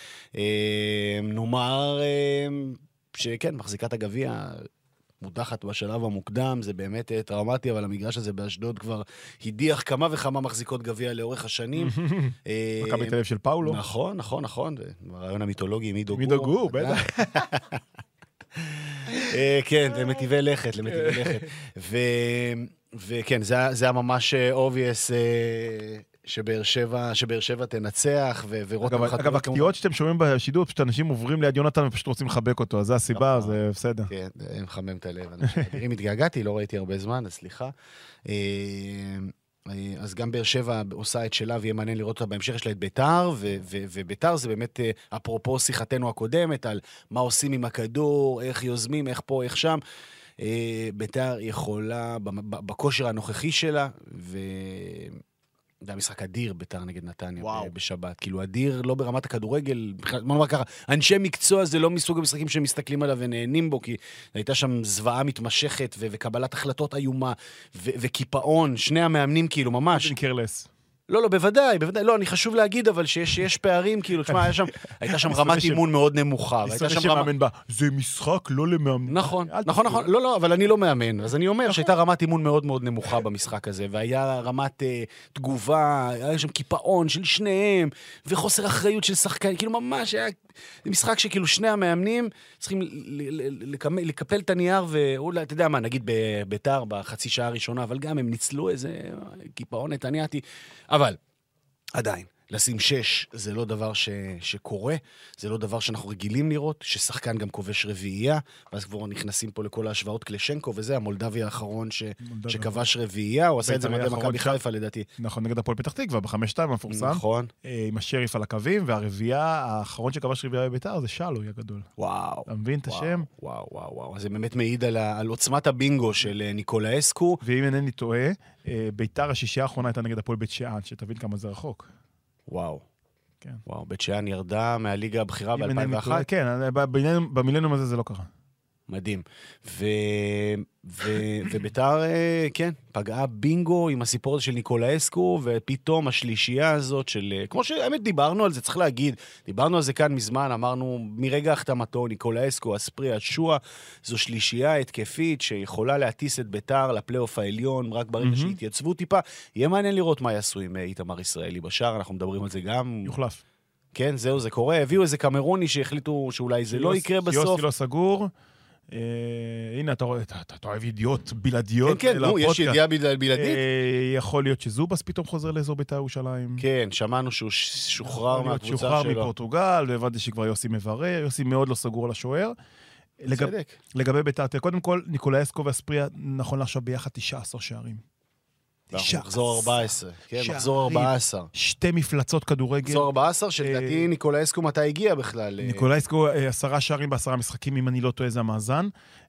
נאמר שכן, מחזיקת הגביע... מודחת בשלב המוקדם, זה באמת טראומטי, אבל המגרש הזה באשדוד כבר הדיח כמה וכמה מחזיקות גביע לאורך השנים.
מכבי תל אביב של פאולו.
נכון, נכון, נכון. הרעיון המיתולוגי, מידו גור.
מידו גור, בטח.
כן, למטיבי לכת, למטיבי לכת. וכן, זה היה ממש obvious שבאר שבע, שבאר שבע תנצח, ורותם חתום.
אגב, הקטיעות שאתם שומעים בשידור, פשוט אנשים עוברים ליד יונתן ופשוט רוצים לחבק אותו, אז זה הסיבה, זה בסדר.
כן, הם מחמם את הלב. אם התגעגעתי, לא ראיתי הרבה זמן, אז סליחה. אז גם באר שבע עושה את שלה, ויהיה מעניין לראות אותה בהמשך, יש לה את ביתר, וביתר זה באמת, אפרופו שיחתנו הקודמת, על מה עושים עם הכדור, איך יוזמים, איך פה, איך שם. ביתר יכולה, בכושר הנוכחי שלה, ו... זה המשחק אדיר ביתר נגד נתניה בשבת. כאילו אדיר לא ברמת הכדורגל, בוא נאמר ככה, אנשי מקצוע זה לא מסוג המשחקים שמסתכלים עליו ונהנים בו, כי הייתה שם זוועה מתמשכת ו- וקבלת החלטות איומה ו- וקיפאון, שני המאמנים כאילו ממש.
קרלס.
לא, לא, בוודאי, בוודאי, לא, אני חשוב להגיד, אבל שיש, שיש פערים, כאילו, תשמע, היה שם, הייתה שם רמת אימון מאוד נמוכה. הייתה שם
רמת... בה, זה משחק לא למאמן.
נכון, נכון, נכון, לא, לא, אבל אני לא מאמן, אז אני אומר שהייתה רמת אימון מאוד מאוד נמוכה במשחק הזה, והיה רמת uh, תגובה, היה שם קיפאון של שניהם, וחוסר אחריות של שחקן, כאילו ממש היה משחק שכאילו שני המאמנים צריכים לקפל את הנייר, ואולי, אתה יודע מה, נגיד בביתר בחצי שעה הראשונה, אבל גם הם ניצלו איזה קיפאון נתניאתי, אבל עדיין, לשים שש זה לא דבר ש... שקורה, זה לא דבר שאנחנו רגילים לראות, ששחקן גם כובש רביעייה, ואז כבר נכנסים פה לכל ההשוואות קלשנקו, וזה המולדבי האחרון ש... שכבש רביעייה, הוא עשה את זה מדי מכבי חיפה לדעתי.
נכון, נגד הפועל פתח תקווה, בחמש שתיים המפורסם.
נכון.
עם השריף על הקווים, והרביעייה האחרון שכבש רביעייה בביתר, זה שלוי הגדול.
וואו.
אתה מבין את השם?
וואו, וואו, וואו. זה באמת מעיד על, ה... על עוצמת הבינגו של ניקולאסקו.
ואם אינני טועה, ביתר השישייה האחרונה הייתה נגד הפועל בית שאן, שתבין כמה זה רחוק.
וואו.
כן.
וואו, בית שאן ירדה מהליגה הבכירה ב-אלפיים ואחת.
כן, במילניום הזה זה לא קרה.
מדהים. ו... ו... וביתר, כן, פגעה בינגו עם הסיפור הזה של ניקולאסקו, ופתאום השלישייה הזאת של... כמו שהאמת דיברנו על זה, צריך להגיד, דיברנו על זה כאן מזמן, אמרנו, מרגע החתמתו, ניקולאסקו, אספריה, שואה, זו שלישייה התקפית שיכולה להטיס את ביתר לפלייאוף העליון, רק ברגע mm-hmm. שהתייצבו טיפה. יהיה מעניין לראות מה יעשו עם איתמר ישראלי בשער, אנחנו מדברים על זה גם...
יוחלף.
כן, זהו, זה קורה. הביאו איזה קמרוני שהחליטו שאולי זה לא יקרה בסוף.
יוסי לא סגור. הנה, אתה רואה, אתה אוהב ידיעות בלעדיות.
כן, כן, יש ידיעה בלעדית.
יכול להיות שזובס פתאום חוזר לאזור בית"ר ירושלים.
כן, שמענו שהוא שוחרר מהקבוצה שלו.
שוחרר מפורטוגל, והבנתי שכבר יוסי מברר, יוסי מאוד לא סגור על השוער.
צדק.
לגבי בית"ר, קודם כל, ניקולאסקו ואספריה, נכון לעכשיו ביחד תשעה עשר שערים.
מחזור ארבע עשרה, כן, מחזור ארבע עשרה.
שתי מפלצות כדורגל.
מחזור ארבע עשרה, שלדעתי ניקולאסקו מתי הגיע בכלל?
ניקולאסקו עשרה שערים בעשרה משחקים, אם אני לא טועה, זה המאזן.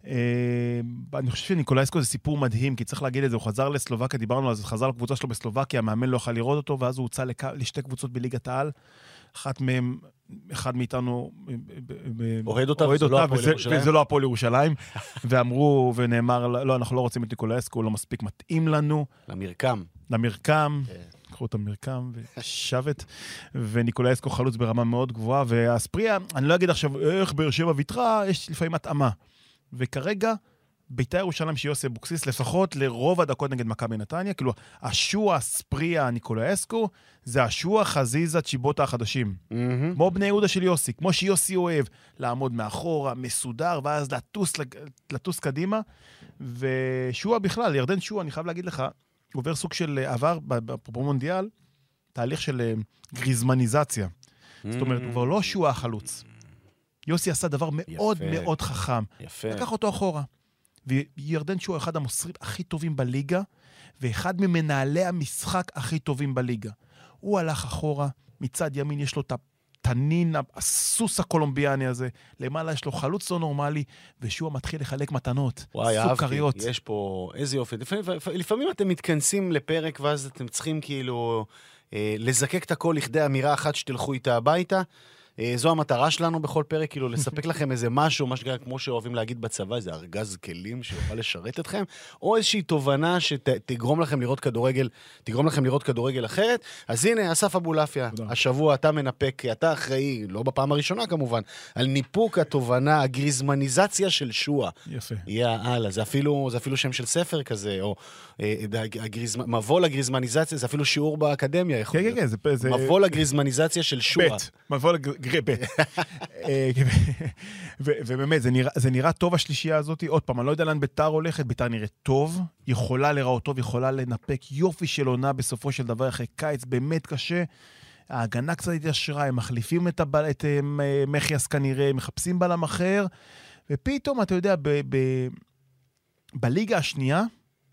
אני חושב שניקולאסקו זה סיפור מדהים, כי צריך להגיד את זה, הוא חזר לסלובקיה, דיברנו על זה, חזר לקבוצה שלו בסלובקיה, המאמן לא יכל לראות אותו, ואז הוא הוצא לשתי קבוצות בליגת העל, אחת מהם, אחד מאיתנו
אוהד אותה,
וזה לא הפועל ירושלים, ואמרו ונאמר, לא, אנחנו לא רוצים את ניקולאסקו, הוא לא מספיק מתאים לנו.
למרקם.
למרקם, קחו את המרקם ושבת, וניקולאסקו חלוץ ברמה מאוד גבוהה, והאספריה, אני לא אגיד עכשיו איך באר שבע ויתרה, יש לפעמים התאמה. וכרגע, בית"ר ירושלים שיוסי אבוקסיס, לפחות לרוב הדקות נגד מכבי נתניה, כאילו, השוע, אספריה, ניקולאסקו, זה השוע, חזיזה, צ'יבוטה החדשים. Mm-hmm. כמו בני יהודה של יוסי, כמו שיוסי אוהב, לעמוד מאחורה, מסודר, ואז לטוס, לטוס קדימה, ושוע בכלל, ירדן שוע, אני חייב להגיד לך, עובר סוג של עבר, בפרומונדיאל, תהליך של גריזמניזציה. Mm-hmm. זאת אומרת, הוא כבר לא שוע החלוץ. יוסי עשה דבר מאוד יפה. מאוד חכם.
יפה.
לקח אותו אחורה. וירדן שהוא אחד המוסרים הכי טובים בליגה, ואחד ממנהלי המשחק הכי טובים בליגה. הוא הלך אחורה, מצד ימין יש לו את התנין, הסוס הקולומביאני הזה, למעלה יש לו חלוץ לא נורמלי, ושהוא מתחיל לחלק מתנות,
וואי,
סוכריות.
אהבתי, יש פה איזה יופי. לפעמים, לפעמים אתם מתכנסים לפרק, ואז אתם צריכים כאילו אה, לזקק את הכל לכדי אמירה אחת שתלכו איתה הביתה, זו המטרה שלנו בכל פרק, כאילו לספק לכם איזה משהו, מה שגם כמו שאוהבים להגיד בצבא, איזה ארגז כלים שיוכל לשרת אתכם, או איזושהי תובנה שתגרום לכם לראות כדורגל, תגרום לכם לראות כדורגל אחרת. אז הנה, אסף אבולעפיה, השבוע אתה מנפק, אתה אחראי, לא בפעם הראשונה כמובן, על ניפוק התובנה, הגריזמניזציה של שואה.
יפה.
יאללה, זה אפילו, זה אפילו שם של ספר כזה, או מבוא לגריזמניזציה, זה אפילו שיעור באקדמיה, יכול להיות.
כן, כן, זה...
מבוא לגריזמניזציה של שואה.
בית, מבוא לגריבט. ובאמת, זה נראה טוב השלישייה הזאת. עוד פעם, אני לא יודע לאן בית"ר הולכת, בית"ר נראית טוב, יכולה לראות טוב, יכולה לנפק יופי של עונה בסופו של דבר אחרי קיץ, באמת קשה. ההגנה קצת התיישרה, הם מחליפים את מחיאס כנראה, מחפשים בלם אחר, ופתאום, אתה יודע, בליגה השנייה,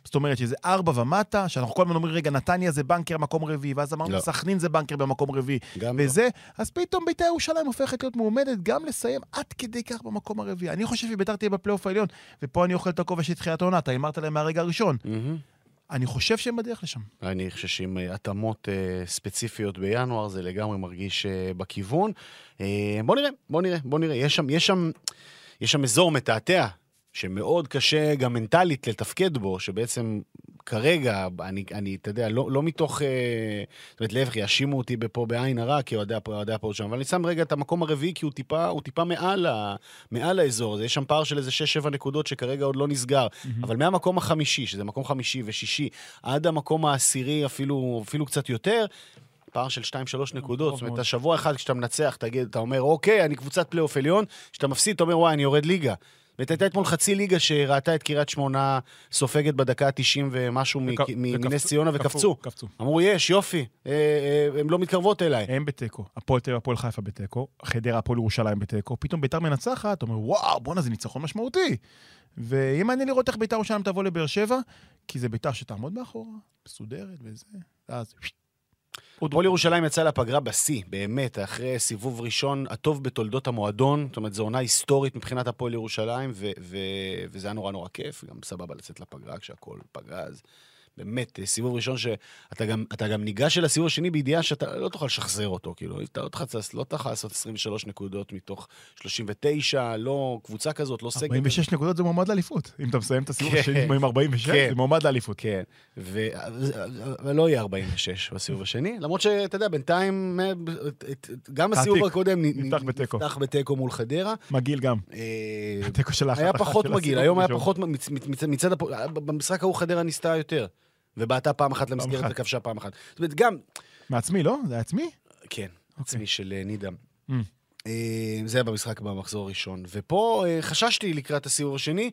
זאת אומרת שזה ארבע ומטה, שאנחנו כל הזמן אומרים, רגע, נתניה זה בנקר מקום רביעי, ואז אמרנו,
לא.
סכנין זה בנקר במקום רביעי, וזה, לא. אז פתאום בית"ר ירושלים הופכת להיות מועמדת גם לסיים עד כדי כך במקום הרביעי. אני חושב שבית"ר תהיה בפלייאוף העליון, ופה אני אוכל את הכובע של תחילת העונה, אתה אמרת להם מהרגע הראשון. אני חושב שהם בדרך לשם.
אני חושב שעם התאמות ספציפיות בינואר, זה לגמרי מרגיש בכיוון. בוא נראה, בוא נראה, בוא נראה. יש שם, יש שם, יש שם אזור מתעתע, שמאוד קשה גם מנטלית לתפקד בו, שבעצם כרגע, אני, אני, אתה יודע, לא, לא מתוך, זאת אומרת, להפך, יאשימו אותי פה בעין הרע, כי הוא יודע פה שם, אבל אני שם רגע את המקום הרביעי, כי הוא טיפה, הוא טיפה מעל, ה, מעל האזור הזה, יש שם פער של איזה שש שבע נקודות, שכרגע עוד לא נסגר, mm-hmm. אבל מהמקום החמישי, שזה מקום חמישי ושישי, עד המקום העשירי, אפילו, אפילו קצת יותר, פער של שתיים שלוש נקודות, זאת אומרת, השבוע אחד כשאתה מנצח, תגיד, אתה אומר, אוקיי, אני קבוצת פלייאוף עליון, כשאתה מפסיד, אתה אומר, וואי, אני יורד ליגה. והייתה אתמול חצי ליגה שראתה את קריית שמונה סופגת בדקה תשעים ומשהו מנס ציונה וקפצו. אמרו, יש, יופי, הם לא מתקרבות אליי.
הם בטקו, הפועל תל אביב, הפועל חיפה בטקו, חדרה, הפועל ירושלים בטקו, פתאום בית"ר מנצחת, אתה אומר, וואו, בואנה, זה ניצחון משמעותי. ואם מעניין לראות איך בית"ר ירושלים תבוא לבאר שבע, כי זה בית"ר שתעמוד מאחורה, מסודרת וזה, אז...
הפועל ירושלים יצא לפגרה בסי, באמת, אחרי סיבוב ראשון הטוב בתולדות המועדון, זאת אומרת, זו עונה היסטורית מבחינת הפועל ירושלים, ו- ו- וזה היה נורא נורא כיף, גם סבבה לצאת לפגרה כשהכל פגרה, אז באמת, סיבוב ראשון שאתה גם, אתה גם ניגש אל הסיבוב השני בידיעה שאתה לא תוכל לשחזר אותו, כאילו, אתה לא תוכל, לא תוכל לעשות עשרים ושלוש נקודות מתוך שלושים ותשע, לא קבוצה כזאת, לא סגל.
ארבעים ושש נקודות זה מועמד לאליפות. אם אתה מסיים את הסיבוב השני עם ארבעים ושש, זה מועמד לאליפות. כן, ולא יהיה ארבעים ושש בסיבוב השני, למרות שאתה יודע, בינתיים, גם הסיבוב הקודם נפתח בתיקו מול חדרה. מגיל גם.
היה פחות מגיל, היום היה פחות, מצד במשחק ההוא חדרה ניסתה יותר. ובאתה פעם אחת למסגרת וכבשה פעם אחת. זאת אומרת, גם...
מעצמי, לא? זה עצמי?
כן, עצמי של נידם. זה היה במשחק במחזור הראשון. ופה חששתי לקראת הסיבוב השני,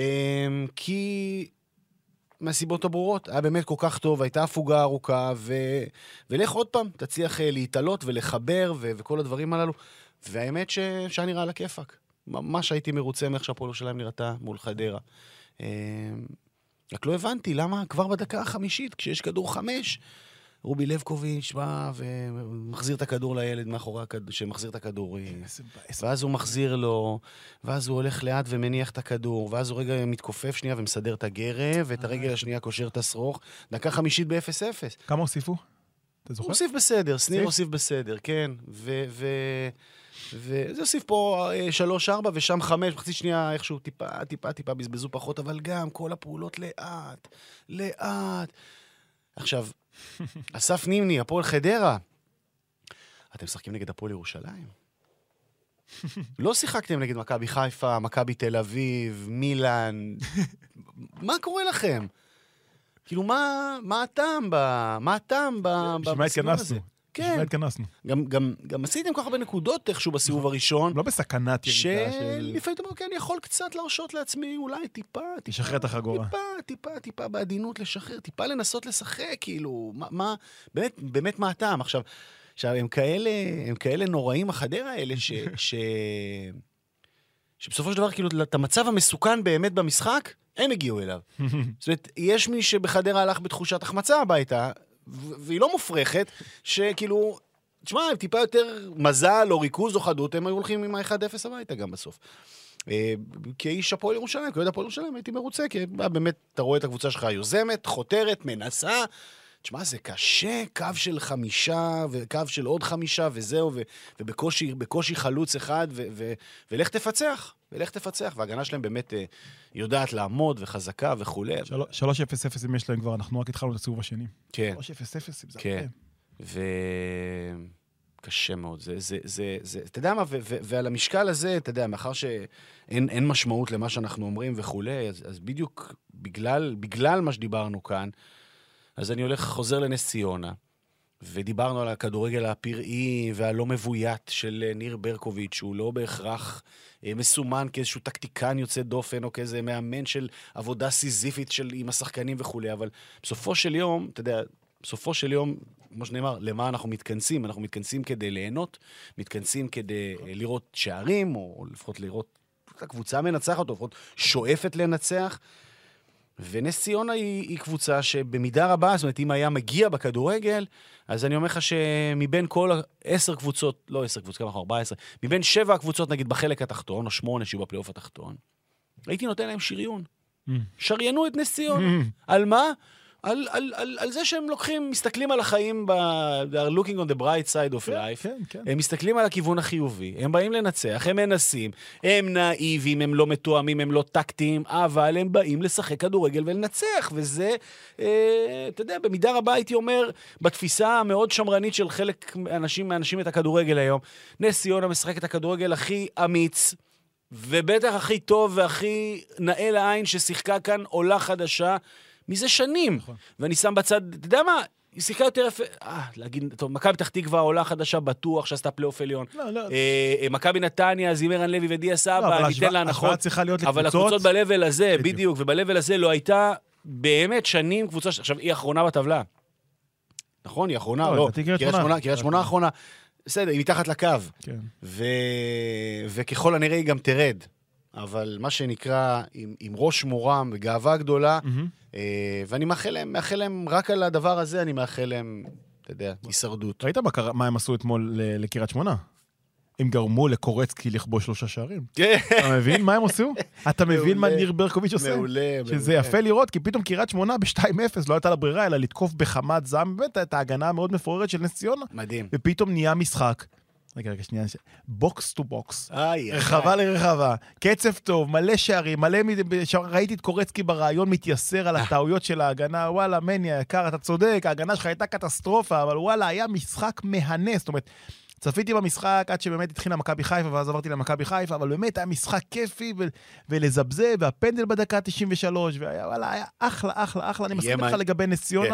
כי מהסיבות הברורות, היה באמת כל כך טוב, הייתה הפוגה ארוכה, ולך עוד פעם, תצליח להתעלות ולחבר וכל הדברים הללו. והאמת שהיה נראה על הכיפק. ממש הייתי מרוצה מאיך שהפועל ירושלים נראתה מול חדרה. רק לא הבנתי למה כבר בדקה החמישית, כשיש כדור חמש, רובי לבקוביץ' בא ומחזיר את הכדור לילד מאחורי הכדור, שמחזיר את הכדור. ואז הוא מחזיר לו, ואז הוא הולך לאט ומניח את הכדור, ואז הוא רגע מתכופף שנייה ומסדר את הגרב, ואת הרגל השנייה קושר את השרוך. דקה חמישית ב-אפס אפס.
כמה הוסיפו? אתה זוכר?
הוא הוסיף בסדר, סניר הוסיף בסדר, כן. ו... וזה הוסיף פה שלוש ארבע ושם חמש, בחצי שנייה איכשהו טיפה, טיפה, טיפה בזבזו פחות, אבל גם כל הפעולות לאט, לאט. עכשיו, אסף נימני, הפועל חדרה, אתם משחקים נגד הפועל ירושלים? לא שיחקתם נגד מכבי חיפה, מכבי תל אביב, מילאן, מה קורה לכם? כאילו, מה, מה הטעם ב... מה הטעם ב...
בשביל מה התכנסנו?
כן. גם, גם, גם עשיתם כל כך הרבה נקודות איכשהו בסיבוב הראשון.
לא בסכנת ירידה של...
שלפעמים אתה אומר, כן, אני יכול קצת להרשות לעצמי, אולי טיפה, טיפה.
לשחרר את החגורה.
טיפה, טיפה, טיפה בעדינות לשחרר, טיפה לנסות לשחק, כאילו, מה, מה, באמת, באמת מה הטעם? עכשיו, עכשיו, הם כאלה, הם כאלה נוראים החדרה האלה, ש, ש, שבסופו של דבר, כאילו, את המצב המסוכן באמת במשחק, הם הגיעו אליו. זאת אומרת, יש מי שבחדרה הלך בתחושת החמצה הביתה, והיא לא מופרכת, שכאילו, תשמע, הם טיפה יותר מזל או ריכוז או חדות, הם היו הולכים עם ה-אחד אפס הביתה גם בסוף. כאיש הפועל ירושלים, כאוהד הפועל ירושלים, הייתי מרוצה, כי באמת, אתה רואה את הקבוצה שלך יוזמת, חותרת, מנסה, תשמע, זה קשה, קו של חמישה, וקו של עוד חמישה, וזהו, ובקושי, בקושי חלוץ אחד, ולך תפצח, ולך תפצח, וההגנה שלהם באמת יודעת לעמוד, וחזקה וכו'.
שלוש אפס אפס אם יש להם כבר, אנחנו רק התחלנו את הסיבוב השני.
כן.
שלוש אפס אפס, זה
כן. וקשה מאוד, זה, זה, זה, זה, אתה יודע מה, ועל המשקל הזה, אתה יודע, מאחר שאין, אין משמעות למה שאנחנו אומרים וכו', אז, אז בדיוק בגלל, בגלל מה שדיברנו כאן, אז אני הולך, חוזר לנס ציונה, ודיברנו על הכדורגל הפראי והלא מבוית של ניר ברקוביץ', שהוא לא בהכרח מסומן כאיזשהו טקטיקן יוצא דופן, או כאיזה מאמן של עבודה סיזיפית של, עם השחקנים וכו', אבל בסופו של יום, אתה יודע, בסופו של יום, כמו שנאמר, למה אנחנו מתכנסים? אנחנו מתכנסים כדי ליהנות, מתכנסים כדי לראות שערים, או לפחות לראות את הקבוצה מנצחת, או לפחות שואפת לנצח, ונס ציונה היא, היא קבוצה שבמידה רבה, זאת אומרת, אם היה מגיע בכדורגל, אז אני אומר לך שמבין כל עשר קבוצות, לא עשר קבוצות, כמה ארבע עשרה, מבין שבע הקבוצות, נגיד, בחלק התחתון, או שמונה שיהיו בפלייאוף התחתון, הייתי נותן להם שריון. Mm. שריינו את נס ציונה. Mm. על מה? על, על, על, על זה שהם לוקחים, מסתכלים על החיים, ב, they are looking on the bright side of life,
כן, כן.
הם מסתכלים על הכיוון החיובי, הם באים לנצח, הם מנסים, הם נאיבים, הם לא מתואמים, הם לא טקטיים, אבל הם באים לשחק כדורגל ולנצח, וזה, אה, אתה יודע, במידה רבה הייתי אומר, בתפיסה המאוד שמרנית של חלק אנשים, מאנשים את הכדורגל היום, נס ציונה משחק את הכדורגל הכי אמיץ, ובטח הכי טוב והכי נאה לעין ששיחקה כאן עולה חדשה, מזה שנים. נכון. ואני שם בצד, אתה יודע מה? היא שיחקה יותר יפה, אה, להגיד, טוב, מכבי פתח תקווה עולה חדשה בטוח, שעשתה פלייאוף עליון. לא, לא. אה, מכבי נתניה, זימרן לוי ודיה סבא, ניתן לה הנחות. אבל הקבוצות בלבל הזה, בדיוק. בדיוק, ובלבל הזה לא הייתה באמת שנים קבוצה, עכשיו, היא האחרונה בטבלה. נכון? היא האחרונה, לא. קריית שמונה האחרונה. בסדר, היא מתחת לקו. כן. ו... וככל הנראה היא גם תרד. אבל מה שנקרא, עם, עם ראש מורם וגאווה גדולה, mm-hmm. אה, ואני מאחל להם, מאחל להם רק על הדבר הזה, אני מאחל להם, אתה יודע, הישרדות.
ראית מה, מה הם עשו אתמול לקריית שמונה? הם גרמו לקורצקי לכבוש שלושה שערים. אתה מבין מה הם עשו? אתה מבין מה ניר ברקוביץ' עושה? מעולה, מעולה. שזה יפה לראות, כי פתאום קריית שמונה ב-שתיים אפס לא הייתה לה ברירה, אלא לתקוף בחמת זעם, באמת את ההגנה המאוד מפוארת של נס ציונה. מדהים. ופתאום נהיה משחק. רגע, רגע, שנייה, בוקס טו בוקס. רחבה לרחבה. קצב טוב, מלא שערים, מלא... ראיתי את קורצקי ברעיון מתייסר על הטעויות של ההגנה. וואלה, מני היקר, אתה צודק, ההגנה שלך הייתה קטסטרופה, אבל וואלה, היה משחק מהנס. זאת אומרת, צפיתי במשחק עד שבאמת התחילה מכבי חיפה, ואז עברתי למכבי חיפה, אבל באמת היה משחק כיפי ולזבזב, והפנדל בדקה תשעים ושלוש, וואלה, היה אחלה, אחלה, אחלה. אני מסכים לך לגבי נס ציונה.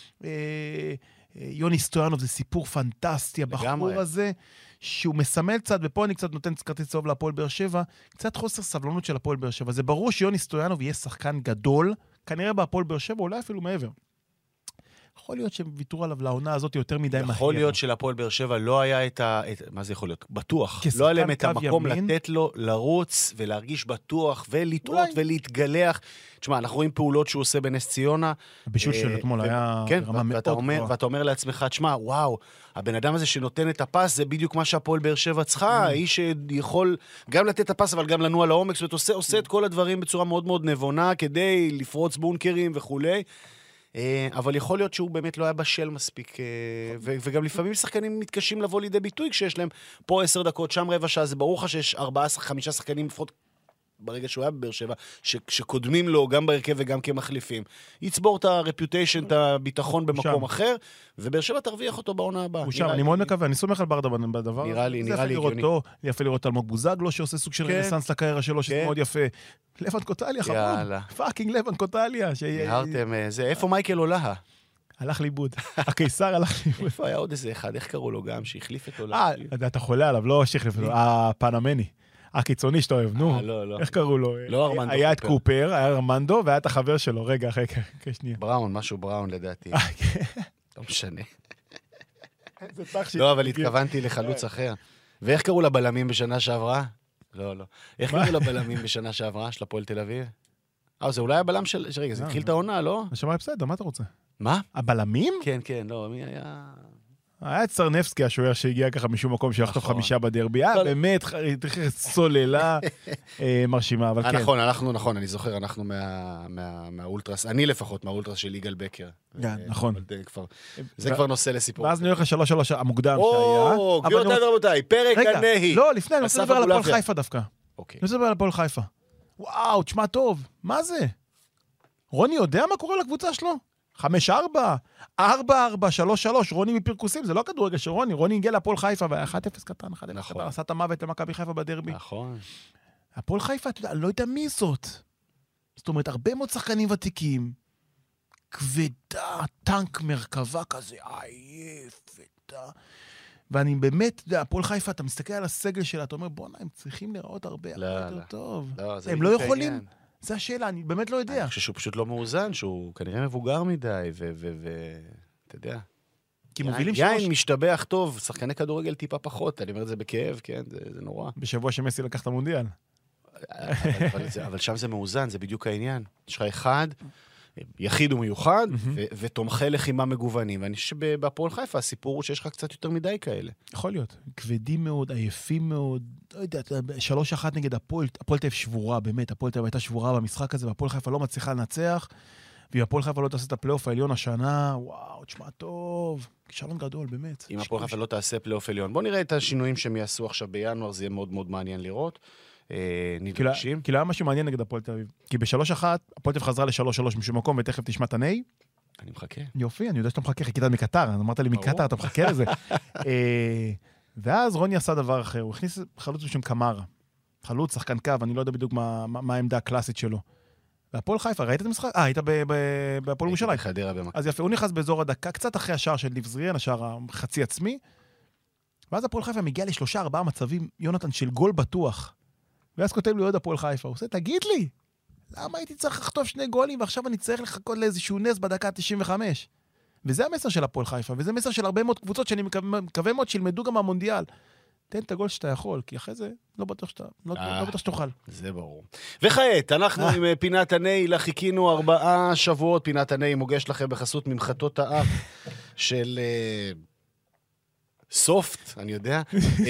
יוני סטויאנוב זה סיפור פנטסטי, הבחור הזה, שהוא מסמל קצת, ופה אני קצת נותן כרטיס צהוב להפועל באר שבע, קצת חוסר סבלנות של הפועל באר שבע. זה ברור שיוני סטויאנוב יהיה שחקן גדול, כנראה בהפועל באר שבע, אולי אפילו מעבר. יכול להיות שהם ויתרו עליו לעונה הזאת יותר מדי מהר.
יכול להיות שלהפועל באר שבע לא היה את ה... מה זה יכול להיות? בטוח. לא היה להם את המקום לתת לו לרוץ ולהרגיש בטוח ולטעות ולהתגלח. תשמע, אנחנו רואים פעולות שהוא עושה בנס ציונה.
הבישול של אתמול היה רמה מאוד גבוהה.
ואתה אומר לעצמך, תשמע, וואו, הבן אדם הזה שנותן את הפס, זה בדיוק מה שהפועל באר שבע צריכה, האיש שיכול גם לתת את הפס, אבל גם לנוע לעומק, זאת אומרת, עושה את כל הדברים בצורה מאוד מאוד נבונה, כדי לפרוץ בונקרים וכולי. אבל יכול להיות שהוא באמת לא היה בשל מספיק, וגם לפעמים שחקנים מתקשים לבוא לידי ביטוי כשיש להם פה עשר דקות, שם רבע שעה, זה ברור לך שיש ארבעה, חמישה שחקנים לפחות ברגע שהוא היה בבאר שבע, שקודמים לו גם בהרכב וגם כמחליפים. יצבור את הרפיוטיישן, את הביטחון במקום אחר, ובאר שבע תרוויח אותו בעונה הבאה.
הוא שם, אני מאוד מקווה, אני סומך על ברדה בדבר.
נראה לי, נראה לי הגיוני.
זה יפה לראות אלמוג בוזגלו, שעושה סוג של רנסנס לקריירה שלו, שזה מאוד יפה. לבן קוטליה, חמוד. פאקינג לבן קוטליה.
נהרתם, זה, איפה מייקל עולה?
הלך לאיבוד. הקיסר הלך לאיבוד.
איפה היה עוד איזה אחד? איך קראו לו גם, שהחליף את
עולה? אתה חולה עליו, לא שהחליף את עולה, הפנמני. הקיצוני שאתה אוהב, נו.
לא, לא.
איך קראו לו?
לא ארמנדו.
היה את קופר, היה ארמנדו, והיה את החבר שלו. רגע, אחרי שנייה.
בראון, משהו בראון לדעתי. לא משנה. לא, אבל התכוונתי לחלוץ אחר. ואיך קראו לבלמים בשנה שעברה? לא, לא. איך קראו לבלמים בשנה שעברה של הפועל תל אביב? אה, זה אולי הבלם של... רגע, זה התחיל את העונה, לא?
נשמע בסדר, מה אתה רוצה?
מה?
הבלמים?
כן, כן, לא, מי היה...
היה את סרנפסקי, השוער שהגיע ככה משום מקום שיחטוף חמישה בדרבי. היה באמת סוללה מרשימה, אבל כן.
נכון, אנחנו, נכון, אני זוכר, אנחנו מהאולטרס, אני לפחות מהאולטרס של יגאל בקר.
נכון.
זה כבר נושא לסיפור.
ואז נראה לך שלוש שלוש המוקדם שהיה.
או, גבירותיי ורבותיי, פרק הנהי.
לא, לפני, אני רוצה לדבר על הפועל חיפה דווקא. אני רוצה לדבר על הפועל חיפה. וואו, תשמע טוב, מה זה? רוני יודע מה קורה לקבוצה שלו? חמש ארבע, ארבע ארבע, שלוש שלוש, רוני מפרקוסים, זה לא כדורגל של רוני, רוני הגיע לפועל חיפה, והיה אחד אפס קטן, אחד אפס קטן, עשה את המוות למכבי חיפה בדרבי.
נכון.
הפועל חיפה, אתה יודע, אני לא יודע מי זאת. זאת אומרת, הרבה מאוד שחקנים ותיקים, כבדה, טנק מרכבה כזה, עייף, כבדה. ואני באמת, אתה יודע, הפועל חיפה, אתה מסתכל על הסגל שלה, אתה אומר, בוא'נה, הם צריכים לראות הרבה, הרבה יותר טוב. הם לא יכולים... זה השאלה, אני באמת לא יודע.
אני חושב שהוא פשוט לא מאוזן, שהוא כנראה מבוגר מדי, ואתה יודע. כי מובילים שלוש... יין משתבח טוב, שחקני כדורגל טיפה פחות, אני אומר את זה בכאב, כן, זה נורא.
בשבוע שמסי לקח את המונדיאל.
אבל, זה, אבל שם זה מאוזן, זה בדיוק העניין. יש לך אחד, יחיד ומיוחד, ו- ותומכי לחימה מגוונים. ואני חושב שבהפועל חיפה הסיפור הוא שיש לך קצת יותר מדי כאלה.
יכול להיות. כבדים מאוד, עייפים מאוד. לא יודע, שלוש אחת נגד הפועל, הפועל תל אביב שבורה, באמת. הפועל תל אביב הייתה שבורה במשחק הזה, והפועל חיפה לא מצליחה לנצח, והפועל חיפה לא תעשה את הפלייאוף העליון השנה. וואו, תשמע טוב. כישרון גדול, באמת.
אם הפועל חיפה לא תעשה פלייאוף עליון. בוא נראה את השינויים שהם יעשו עכשיו בינואר, זה יהיה מאוד מאוד מעניין לראות. נדרשים.
כי לא היה משהו מעניין נגד הפועל תל אביב. כי בשלוש אחת, הפועל תל אביב חזרה לשלוש שלוש משום מקום, ותכף תשמע את הנאי.
אני מחכה.
יופי, אני יודע שאתה מחכה, חיכית מקטר, אמרת לי מקטר, אתה מחכה לזה. ואז רוני עשה דבר אחר, הוא הכניס חלוץ בשם קמרה. חלוץ, שחקן קו, אני לא יודע בדיוק מה העמדה הקלאסית שלו. והפועל חיפה, ראית את המשחק? אה, היית בהפועל ירושלים. אז יפה, הוא נכנס באזור הדקה, קצת אחרי השער של ליב זריאן, השער החצי עצמי. ואז הפועל חיפה מגיע לשלושה, ארבעה מצבים, יונתן, של גול בטוח. ואז כותב לי עוד הפועל חיפה, הוא עושה, תגיד לי, למה הייתי צריך לכתוב שני גולים, ועכשיו אני צריך לחכות לאיזשהו נס בדקה תשעים וחמש? וזה המסר של הפועל חיפה, וזה מסר של הרבה מאוד קבוצות, שאני מקווה מאוד שילמדו גם מהמונדיאל. תן את הגול שאתה יכול, כי אחרי זה לא בטוח שאתה, לא, לא בטוח שתוכל.
זה ברור. וכעת, אנחנו עם פינת הנאי, חיכינו ארבעה שבועות, פינת הנאי מוגש לכם בחסות ממחטות האף של סופט, אני יודע.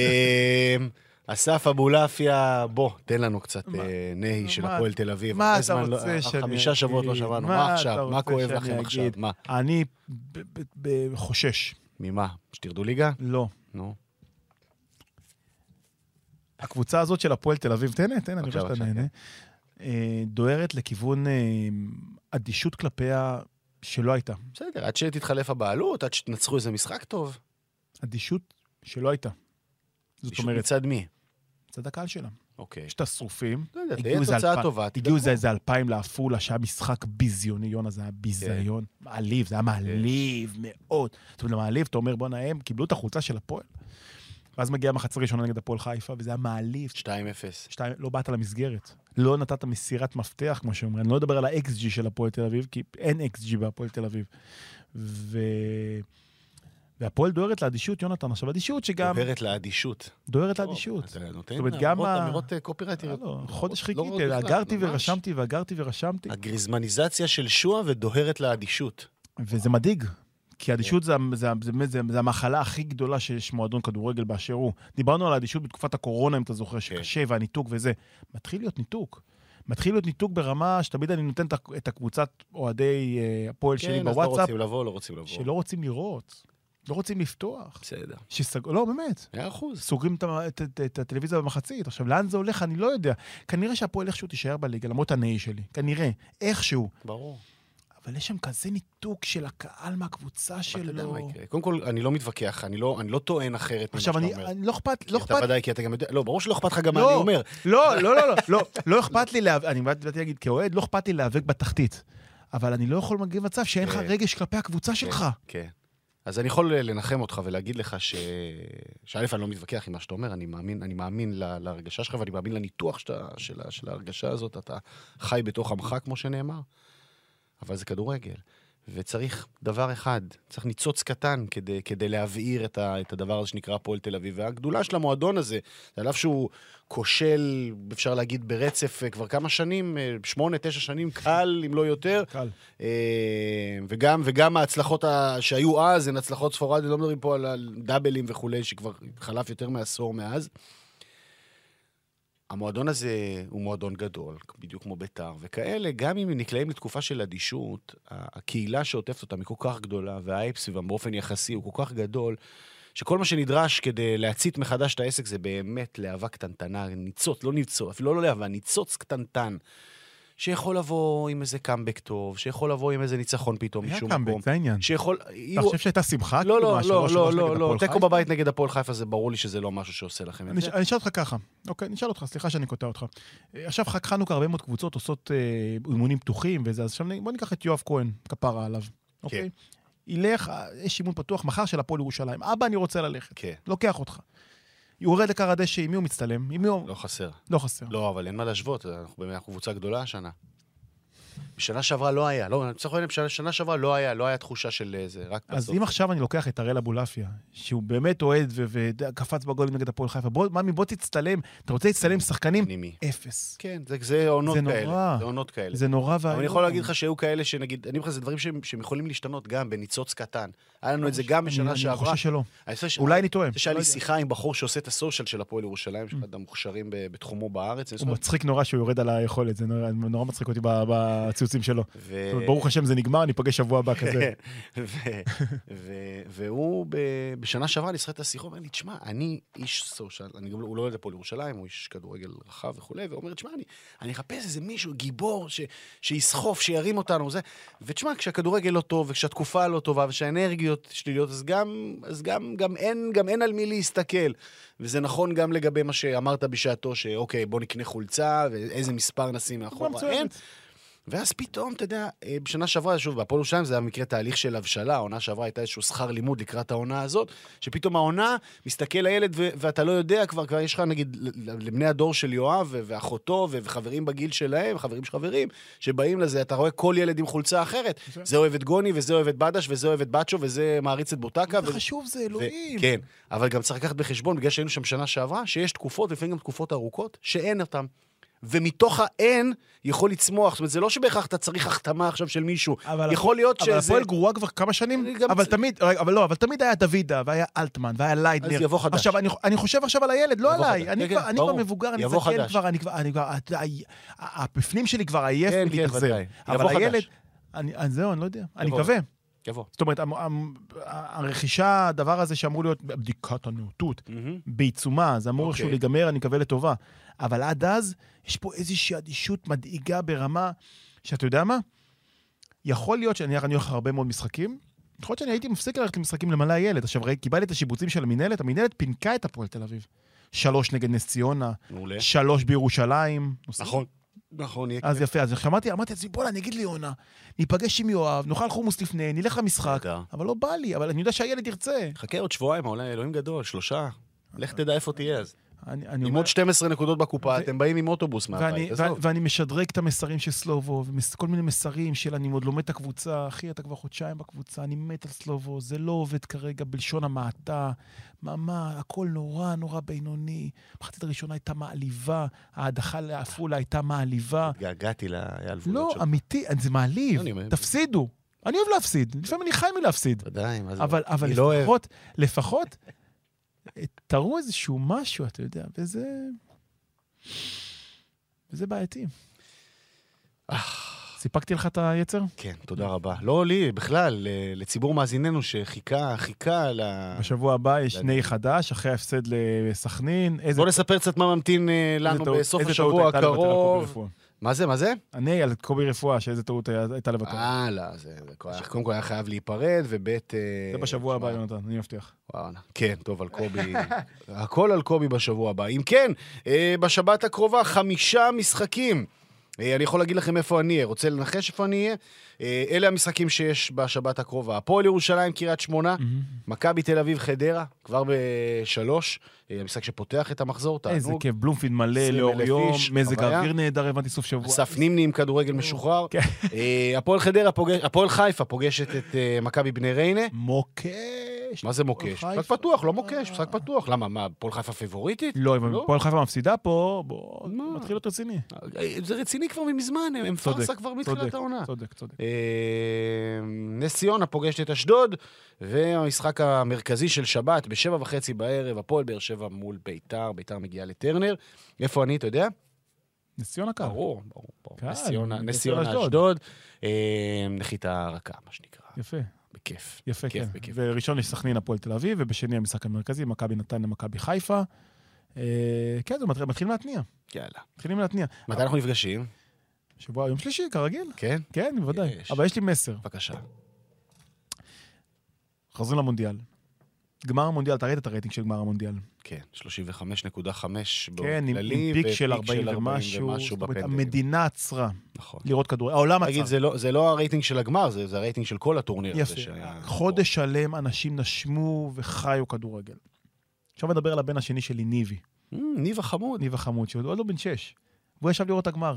אסף אבולעפיה, בוא, תן לנו קצת נהי של הפועל תל אביב.
מה אתה רוצה שאני...
חמישה שבועות לא שמענו, מה עכשיו? מה כואב לכם עכשיו? מה?
אני חושש.
ממה? שתרדו ליגה?
לא.
נו.
הקבוצה הזאת של הפועל תל אביב, תהנה, תהנה, אני חושב שאתה נהנה, דוהרת לכיוון אדישות כלפיה שלא הייתה.
בסדר, עד שתתחלף הבעלות, עד שתנצחו איזה משחק טוב.
אדישות שלא הייתה. זאת אומרת...
מצד מי?
מצד הקהל שלה.
אוקיי.
יש את השרופים.
לא יודע, תהיה תוצאה טובה.
הגיעו איזה אלפיים לעפולה, שהיה משחק ביזיוני, יונה, זה היה ביזיון. מעליב, זה היה מעליב מאוד. זאת אומרת, מעליב, אתה אומר, בוא נהם, קיבלו את החולצה של הפועל. ואז מגיעה מחצה ראשונה נגד הפועל חיפה, וזה היה מעליב.
שתיים אפס.
לא באת למסגרת. לא נתת מסירת מפתח, כמו שאומרים. אני לא אדבר על ה-אקס ג'י של הפועל תל אביב, כי אין אקס ג'י בהפועל תל אביב. ו... והפועל דוהרת לאדישות, יונתן. עכשיו, אדישות שגם...
דוהרת לאדישות.
דוהרת לאדישות.
אתה נותן אמירות קופירייטר.
חודש חיכיתי, אגרתי ורשמתי, ואגרתי ורשמתי.
הגריזמניזציה של שואה ודוהרת לאדישות.
וזה מדאיג. כי האדישות זה, זה, זה, זה, זה המחלה הכי גדולה שיש מועדון כדורגל באשר הוא. דיברנו על האדישות בתקופת הקורונה, אם אתה זוכר, שקשה, והניתוק וזה. מתחיל להיות ניתוק. מתחיל להיות ניתוק ברמה שתמיד אני נותן את הקבוצת אוהדי הפועל שלי בוואטסאפ.
כן, אז לא רוצים לבוא, לא רוצים לבוא.
שלא רוצים לראות. לא רוצים לפתוח.
בסדר.
שסג... לא, באמת.
מאה אחוז.
סוגרים את, את, את, את הטלוויזיה במחצית. עכשיו, לאן זה הולך? אני לא יודע. כנראה שהפועל איכשהו תישאר בליגה, למרות הנאי שלי. כנראה. איכשהו.
ברור.
אבל יש שם כזה ניתוק של הקהל מהקבוצה שלו.
קודם כל, אני לא מתווכח, אני לא, אני לא טוען אחרת ממה שאתה אומר.
עכשיו, אני לא אכפת, לא אכפת...
אתה ודאי, כי אתה גם יודע, לא, ברור שלא אכפת לך גם מה אני אומר.
לא, לא, לא, לא, לא אכפת לי, אני באתי להגיד, כאוהד, לא אכפת לי להיאבק בתחתית. אבל אני לא יכול להגיע מצב שאין לך רגש כלפי הקבוצה שלך.
כן. אז אני יכול לנחם אותך ולהגיד לך ש... שא' אני לא מתווכח עם מה שאתה אומר, אני מאמין, אני מאמין להרגשה שלך, ואני מאמין לניתוח של, של ההרגשה הזאת, אתה חי בתוך עמך, כמו שנאמר. אבל זה כדורגל. וצריך דבר אחד, צריך ניצוץ קטן כדי, כדי להבעיר את, ה, את הדבר הזה שנקרא הפועל תל אביב. והגדולה של המועדון הזה, זה עליו שהוא כושל, אפשר להגיד, ברצף כבר כמה שנים, שמונה, תשע שנים, קל, אם לא יותר.
קל.
וגם, וגם ההצלחות שהיו אז, הן הצלחות ספורדיות, לא מדברים פה על דאבלים וכולי, שכבר חלף יותר מעשור מאז. המועדון הזה הוא מועדון גדול, בדיוק כמו ביתר, וכאלה, גם אם הם נקלעים לתקופה של אדישות, הקהילה שעוטפת אותם היא כל כך גדולה, והאייפ סביבם באופן יחסי הוא כל כך גדול, שכל מה שנדרש כדי להצית מחדש את העסק זה באמת להבה קטנטנה, ניצוץ, לא ניצוץ, אפילו לא להבה, ניצוץ קטנטן, שיכול לבוא עם איזה קאמבק טוב, שיכול לבוא עם איזה ניצחון פתאום משום מקום. היה
קאמבק, זה העניין.
שיכול...
אתה חושב שהייתה שמחה?
לא, לא, לא, לא, לא, לא, תיקו בבית נגד הפועל חיפה, זה ברור לי שזה לא משהו שעושה לכם את זה.
אני אשאל אותך ככה, אוקיי, אני אשאל אותך, סליחה שאני קוטע אותך. עכשיו חג חנוכה, הרבה מאוד קבוצות עושות אימונים פתוחים וזה, אז עכשיו בוא ניקח את יואב כהן, כפרה עליו, אוקיי? ילך, יש אימון פתוח מחר של הפועל ירושלים. אבא, אני רוצה ללכת. לוקח אותך. יורד לקר הדשא, עם מי הוא מצטלם? עם מי הוא...
לא חסר.
לא חסר.
לא, אבל אין מה להשוות, אנחנו באמת קבוצה גדולה השנה. בשנה שעברה לא היה, לא, צריך להגיד, בשנה שעברה לא היה, לא היה תחושה של זה, רק בסוף.
אז אם עכשיו אני לוקח את הראל אבולעפיה, שהוא באמת אוהד וקפץ בגולים נגד הפועל חיפה, ממי, בוא תצטלם, אתה רוצה להצטלם שחקנים? אפס.
כן, זה עונות כאלה. זה עונות כאלה.
זה נורא והיום.
אבל אני יכול להגיד לך שהיו כאלה שנגיד, אני חושב, זה דברים שהם יכולים להשתנות גם בניצוץ קטן. היה לנו את זה גם בשנה שעברה.
אני חושב שלא. אולי אני טועה.
שהיה לי שיחה עם בחור שעושה את הסושיאל של הפועל ירושלים, שאחד המוכשרים בתחומו בארץ.
הוא מצחיק נורא שהוא יורד על היכולת, זה נורא מצחיק אותי בציוצים שלו. ברוך השם זה נגמר, אני פגש שבוע הבא כזה.
והוא בשנה שעברה ניסחה את השיחה, ואומר לי, תשמע, אני איש סושיאל, הוא לא יודע הפועל ירושלים, הוא איש כדורגל רחב וכו', ואומר, תשמע, אני אחפש איזה מישהו, גיבור, שיסחוף, שירים אותנו, ותשמע, כשהכדורגל לא טוב, וכשהתקופה לא טובה, ושהאנרגיות שליליות, אז גם, אז גם, גם אין, גם אין על מי להסתכל. וזה נכון גם לגבי מה שאמרת בשעתו, שאוקיי, בוא נקנה חולצה, ואיזה מספר נשים מאחורה. אין. ואז פתאום, אתה יודע, בשנה שעברה, שוב, בהפועל ירושלים זה היה מקרה תהליך של הבשלה, העונה שעברה הייתה איזשהו שכר לימוד לקראת העונה הזאת, שפתאום העונה מסתכל לילד ו- ואתה לא יודע, כבר, כבר יש לך, נגיד, לבני הדור של יואב ו- ואחותו ו- וחברים בגיל שלהם, וחברים של חברים, שבאים לזה, אתה רואה כל ילד עם חולצה אחרת. Okay. זה אוהב את גוני, וזה אוהב את בדש, וזה אוהב את בצ'ו, וזה מעריץ את בוטקה.
זה ו- חשוב, זה אלוהים.
ו- כן, אבל גם צריך לקחת בחשבון, בגלל שהיינו שם שנה שעברה, שיש תקופות, לפעמים גם תקופות ארוכות, שאין אותם. ומתוך האין יכול לצמוח. זאת אומרת, זה לא שבהכרח אתה צריך החתמה עכשיו של מישהו. יכול להיות שזה...
אבל הפועל גרוע כבר כמה שנים? אבל תמיד, אבל לא, אבל תמיד היה דוידה, והיה אלטמן, והיה ליידנר.
אז יבוא חדש.
עכשיו, אני חושב עכשיו על הילד, לא עליי. אני כבר מבוגר, אני מסתכל כבר, אני כבר... הפפנים שלי כבר עייף מלהתאכזר. אבל הילד... זהו, אני לא יודע. אני מקווה.
יבוא.
זאת אומרת, הרכישה, הדבר הזה שאמור להיות בדיקת הנאותות, בעיצומה, זה אמור איכשהו להיגמר, אני מקווה לטובה. אבל עד אז, יש פה איזושהי אדישות מדאיגה ברמה, שאתה יודע מה? יכול להיות שאני הולך הרבה מאוד משחקים, יכול להיות שאני הייתי מפסיק ללכת למשחקים למלא הילד. עכשיו, קיבלתי את השיבוצים של המנהלת, המנהלת פינקה את הפועל תל אביב. שלוש נגד נס ציונה, שלוש בירושלים.
נכון. נכון, יהיה
אז יפה, אז אמרתי, אמרתי, בוא, אני אגיד לי עונה, ניפגש עם יואב, נאכל חומוס לפני, נלך למשחק, אבל לא בא לי, אבל אני יודע שהילד ירצה.
חכה עוד שבועיים, אולי אלוהים גדול, שלושה. לך תדע איפה תהיה אז. עם עוד שתים עשרה נקודות בקופה, אתם באים עם אוטובוס מהבית.
ואני משדרג את המסרים של סלובו, וכל מיני מסרים של אני עוד לומד את הקבוצה, אחי, אתה כבר חודשיים בקבוצה, אני מת על סלובו, זה לא עובד כרגע בלשון המעטה, מה, מה, הכל נורא נורא בינוני. מחצית הראשונה הייתה מעליבה, ההדחה לעפולה הייתה מעליבה.
התגעגעתי להיעלבויות
לא, אמיתי, זה מעליב, תפסידו. אני אוהב להפסיד, לפעמים אני חי מלהפסיד.
ודאי, מה זה?
אבל לפחות, לפחות, תראו איזשהו משהו, אתה יודע, וזה... וזה בעייתי. סיפקתי לך את היצר?
כן, תודה רבה. לא לי, בכלל, לציבור מאזיננו שחיכה, חיכה ל...
בשבוע הבא יש נאי חדש, אחרי ההפסד לסכנין.
בוא נספר קצת מה ממתין לנו בסוף השבוע הקרוב. מה זה, מה זה?
אני על קובי רפואה, שאיזה טעות הייתה לוותר.
אה, לא, זה קודם כל היה חייב להיפרד, ובית...
זה בשבוע הבא, יונתן, אני מבטיח.
כן, טוב, על קובי... הכל על קובי בשבוע הבא. אם כן, בשבת הקרובה, חמישה משחקים. אני יכול להגיד לכם איפה אני אהיה. רוצה לנחש איפה אני אהיה? אלה המשחקים שיש בשבת הקרובה. הפועל ירושלים, קריית שמונה, מכבי תל אביב, חדרה, כבר בשלוש. המשחק שפותח את המחזור.
איזה כיף, בלומפילד מלא, לאור יום, מזג האוויר נהדר, הבנתי סוף שבוע.
אסף נימני עם כדורגל משוחרר. הפועל חדרה, הפועל חיפה פוגשת את מכבי בני ריינה.
מוקש.
מה זה מוקש? משחק פתוח, לא מוקש, משחק פתוח. למה, מה, הפועל חיפה פיבוריטית?
לא, אם הפועל חיפה מפסידה פה, בוא, מתחיל להיות רציני.
זה רציני כבר ממזמן, הם פרסה כבר מתחילת העונה.
צודק, צודק.
נס ציונה פוגשת את אשדוד, והמשחק המרכזי של שבת בשבע וחצי בערב, הפועל באר שבע מול ביתר, ביתר מגיעה לטרנר. איפה אני, אתה יודע?
נס ציונה קל.
ברור, ברור. נס ציונה אשדוד, נחיתה רכה, מה שנקרא.
יפה.
בכיף.
יפה, כן. וראשון יש סכנין הפועל תל אביב, ובשני המשחק המרכזי, מכבי נתניה למכבי חיפה. כן, זה מתחילים להתניע.
יאללה.
מתחילים להתניע.
מתי אנחנו נפגשים?
שבוע, יום שלישי, כרגיל.
כן?
כן, בוודאי. אבל יש לי מסר.
בבקשה.
חוזרים למונדיאל. גמר המונדיאל, אתה ראית את הרייטינג של גמר המונדיאל.
כן, שלושים וחמש נקודה חמש
כן, עם פיק של ארבעים ומשהו. המדינה עצרה.
נכון.
לראות כדורגל. העולם עצר.
תגיד, זה לא הרייטינג של הגמר, זה הרייטינג של כל הטורניר.
יפה. חודש שלם אנשים נשמו וחיו כדורגל. עכשיו נדבר על הבן השני שלי, ניבי.
ניב החמוד.
ניב החמוד, שהוא עוד לא בן שש. והוא ישב לראות הגמר.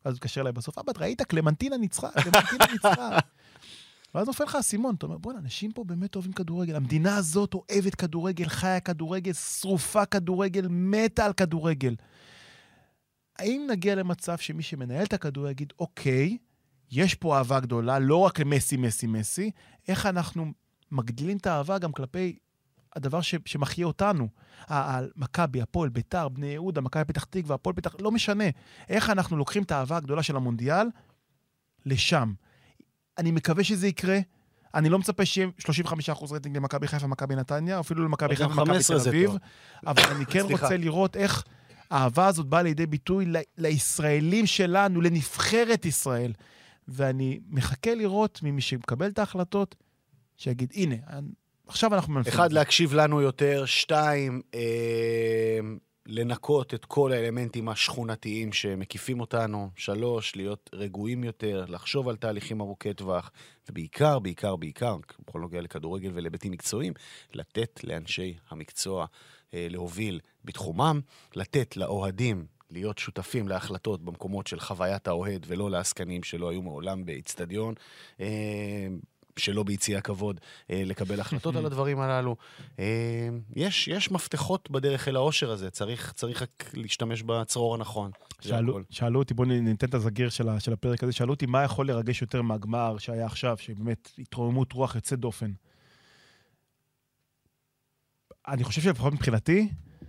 ואז הוא התקשר אליי בסוף, אבא, ראית, קלמנטינה ניצחה, קלמנטינה ניצחה. ואז נופל לך הסימון, אתה אומר, בוא'נה, אנשים פה באמת אוהבים כדורגל, המדינה הזאת אוהבת כדורגל, חיה כדורגל, שרופה כדורגל, מתה על כדורגל. האם נגיע למצב שמי שמנהל את הכדורגל יגיד, אוקיי, יש פה אהבה גדולה, לא רק למסי, מסי, מסי, איך אנחנו מגדילים את האהבה גם כלפי הדבר ש- שמחיה אותנו, המכבי, הפועל, ביתר, בני יהודה, מכבי פתח תקווה, הפועל פתח, לא משנה, איך אנחנו לוקחים את האהבה הגדולה של המונדיאל לשם. אני מקווה שזה יקרה, אני לא מצפה שיהיה שלושים וחמישה אחוז רייטינג למכבי חיפה, מכבי נתניה, אפילו למכבי חיפה, מכבי תל אביב, אבל אני כן רוצה לראות איך האהבה הזאת באה לידי ביטוי ל- לישראלים שלנו, לנבחרת ישראל, ואני מחכה לראות ממי שמקבל את ההחלטות, שיגיד, הנה, עכשיו אנחנו מנפים.
אחד, להקשיב לנו יותר, שתיים, אה, לנקות את כל האלמנטים השכונתיים שמקיפים אותנו, שלוש, להיות רגועים יותר, לחשוב על תהליכים ארוכי טווח, ובעיקר, בעיקר, בעיקר, בכל נוגע לכדורגל ולהיבטים מקצועיים, לתת לאנשי המקצוע אה, להוביל בתחומם, לתת לאוהדים להיות שותפים להחלטות במקומות של חוויית האוהד, ולא לעסקנים שלא היו מעולם באצטדיון, אה, שלא ביציע כבוד, אה, לקבל החלטות על הדברים הללו. אה, יש, יש מפתחות בדרך אל האושר הזה, צריך, צריך רק להשתמש בצרור הנכון.
שאלו, שאלו אותי, בואו ניתן את הזגיר של, ה, של הפרק הזה, שאלו אותי מה יכול לרגש יותר מהגמר שהיה עכשיו, שבאמת התרוממות רוח יוצאת דופן. אני חושב שלפחות מבחינתי,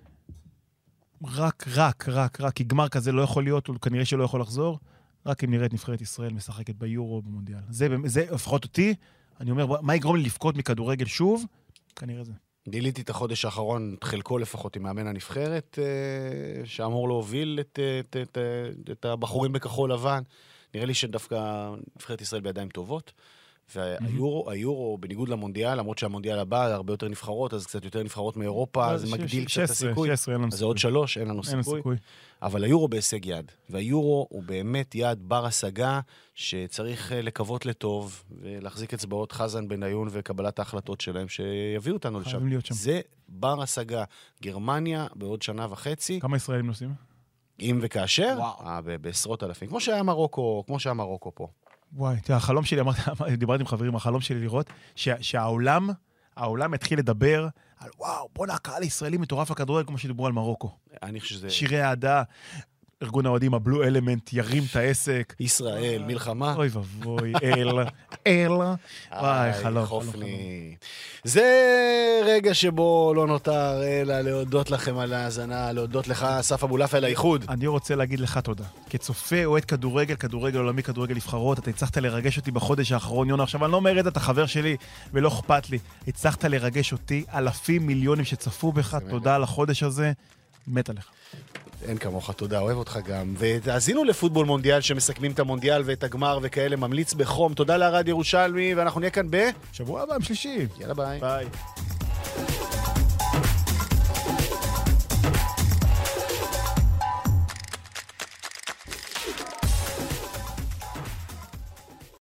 רק, רק, רק, רק, כי גמר כזה לא יכול להיות, או כנראה שלא יכול לחזור, רק אם נראה את נבחרת ישראל משחקת ביורו במונדיאל. זה, זה לפחות אותי, אני אומר, מה יגרום לי לפקוד מכדורגל שוב? כנראה זה.
גיליתי את החודש האחרון, חלקו לפחות עם מאמן הנבחרת, שאמור להוביל את, את, את, את הבחורים בכחול לבן. נראה לי שדווקא נבחרת ישראל בידיים טובות, והיורו, היורו, בניגוד למונדיאל, למרות שהמונדיאל הבא הרבה יותר נבחרות, אז קצת יותר נבחרות מאירופה, זה מגדיל קצת את הסיכוי. אז זה עוד שלוש, אין לנו סיכוי. אבל היורו בהישג יד, והיורו הוא באמת יד בר השגה, שצריך לקוות לטוב, ולהחזיק אצבעות חזן בניון וקבלת ההחלטות שלהם, שיביאו אותנו לשם. זה בר השגה. גרמניה בעוד שנה וחצי.
כמה ישראלים נוסעים?
אם וכאשר, בעשרות אלפים. כמו שהיה מרוקו, כמו שהיה מרוקו פה.
וואי, תראה, החלום שלי, אמרתי, דיברתי עם חברים, החלום שלי לראות שהעולם, העולם התחיל לדבר על וואו, בוא נקהל ישראלי מטורף הכדורגל, כמו שדיברו על מרוקו.
אני חושב שזה...
שירי העדה, ארגון האוהדים, הבלו אלמנט, ירים את העסק.
ישראל, מלחמה.
אוי ובוי, אל, אל. וואי, חלום, חלום, חלום.
זה רגע שבו לא נותר אלא להודות לכם על ההאזנה, להודות לך, אסף אבולעפיה, על האיחוד.
אני רוצה להגיד לך תודה. כצופה, אוהד כדורגל, כדורגל עולמי, כדורגל נבחרות, אתה הצלחת לרגש אותי בחודש האחרון, יונה. עכשיו, אני לא אומר את זה, אתה חבר שלי, ולא אכפת לי. הצלחת לרגש אותי, אלפים מיליונים שצפו בך, תודה על החודש הזה. מת עליך.
אין כמוך, תודה, אוהב אותך גם. ותאזינו לפוטבול מונדיאל שמסכמים את המונדיאל ואת הגמר וכאלה, ממליץ בחום. תודה לרדיו ירושלמי, ואנחנו נהיה כאן ב...
שבוע הבא, שלישי.
יאללה, ביי.
ביי.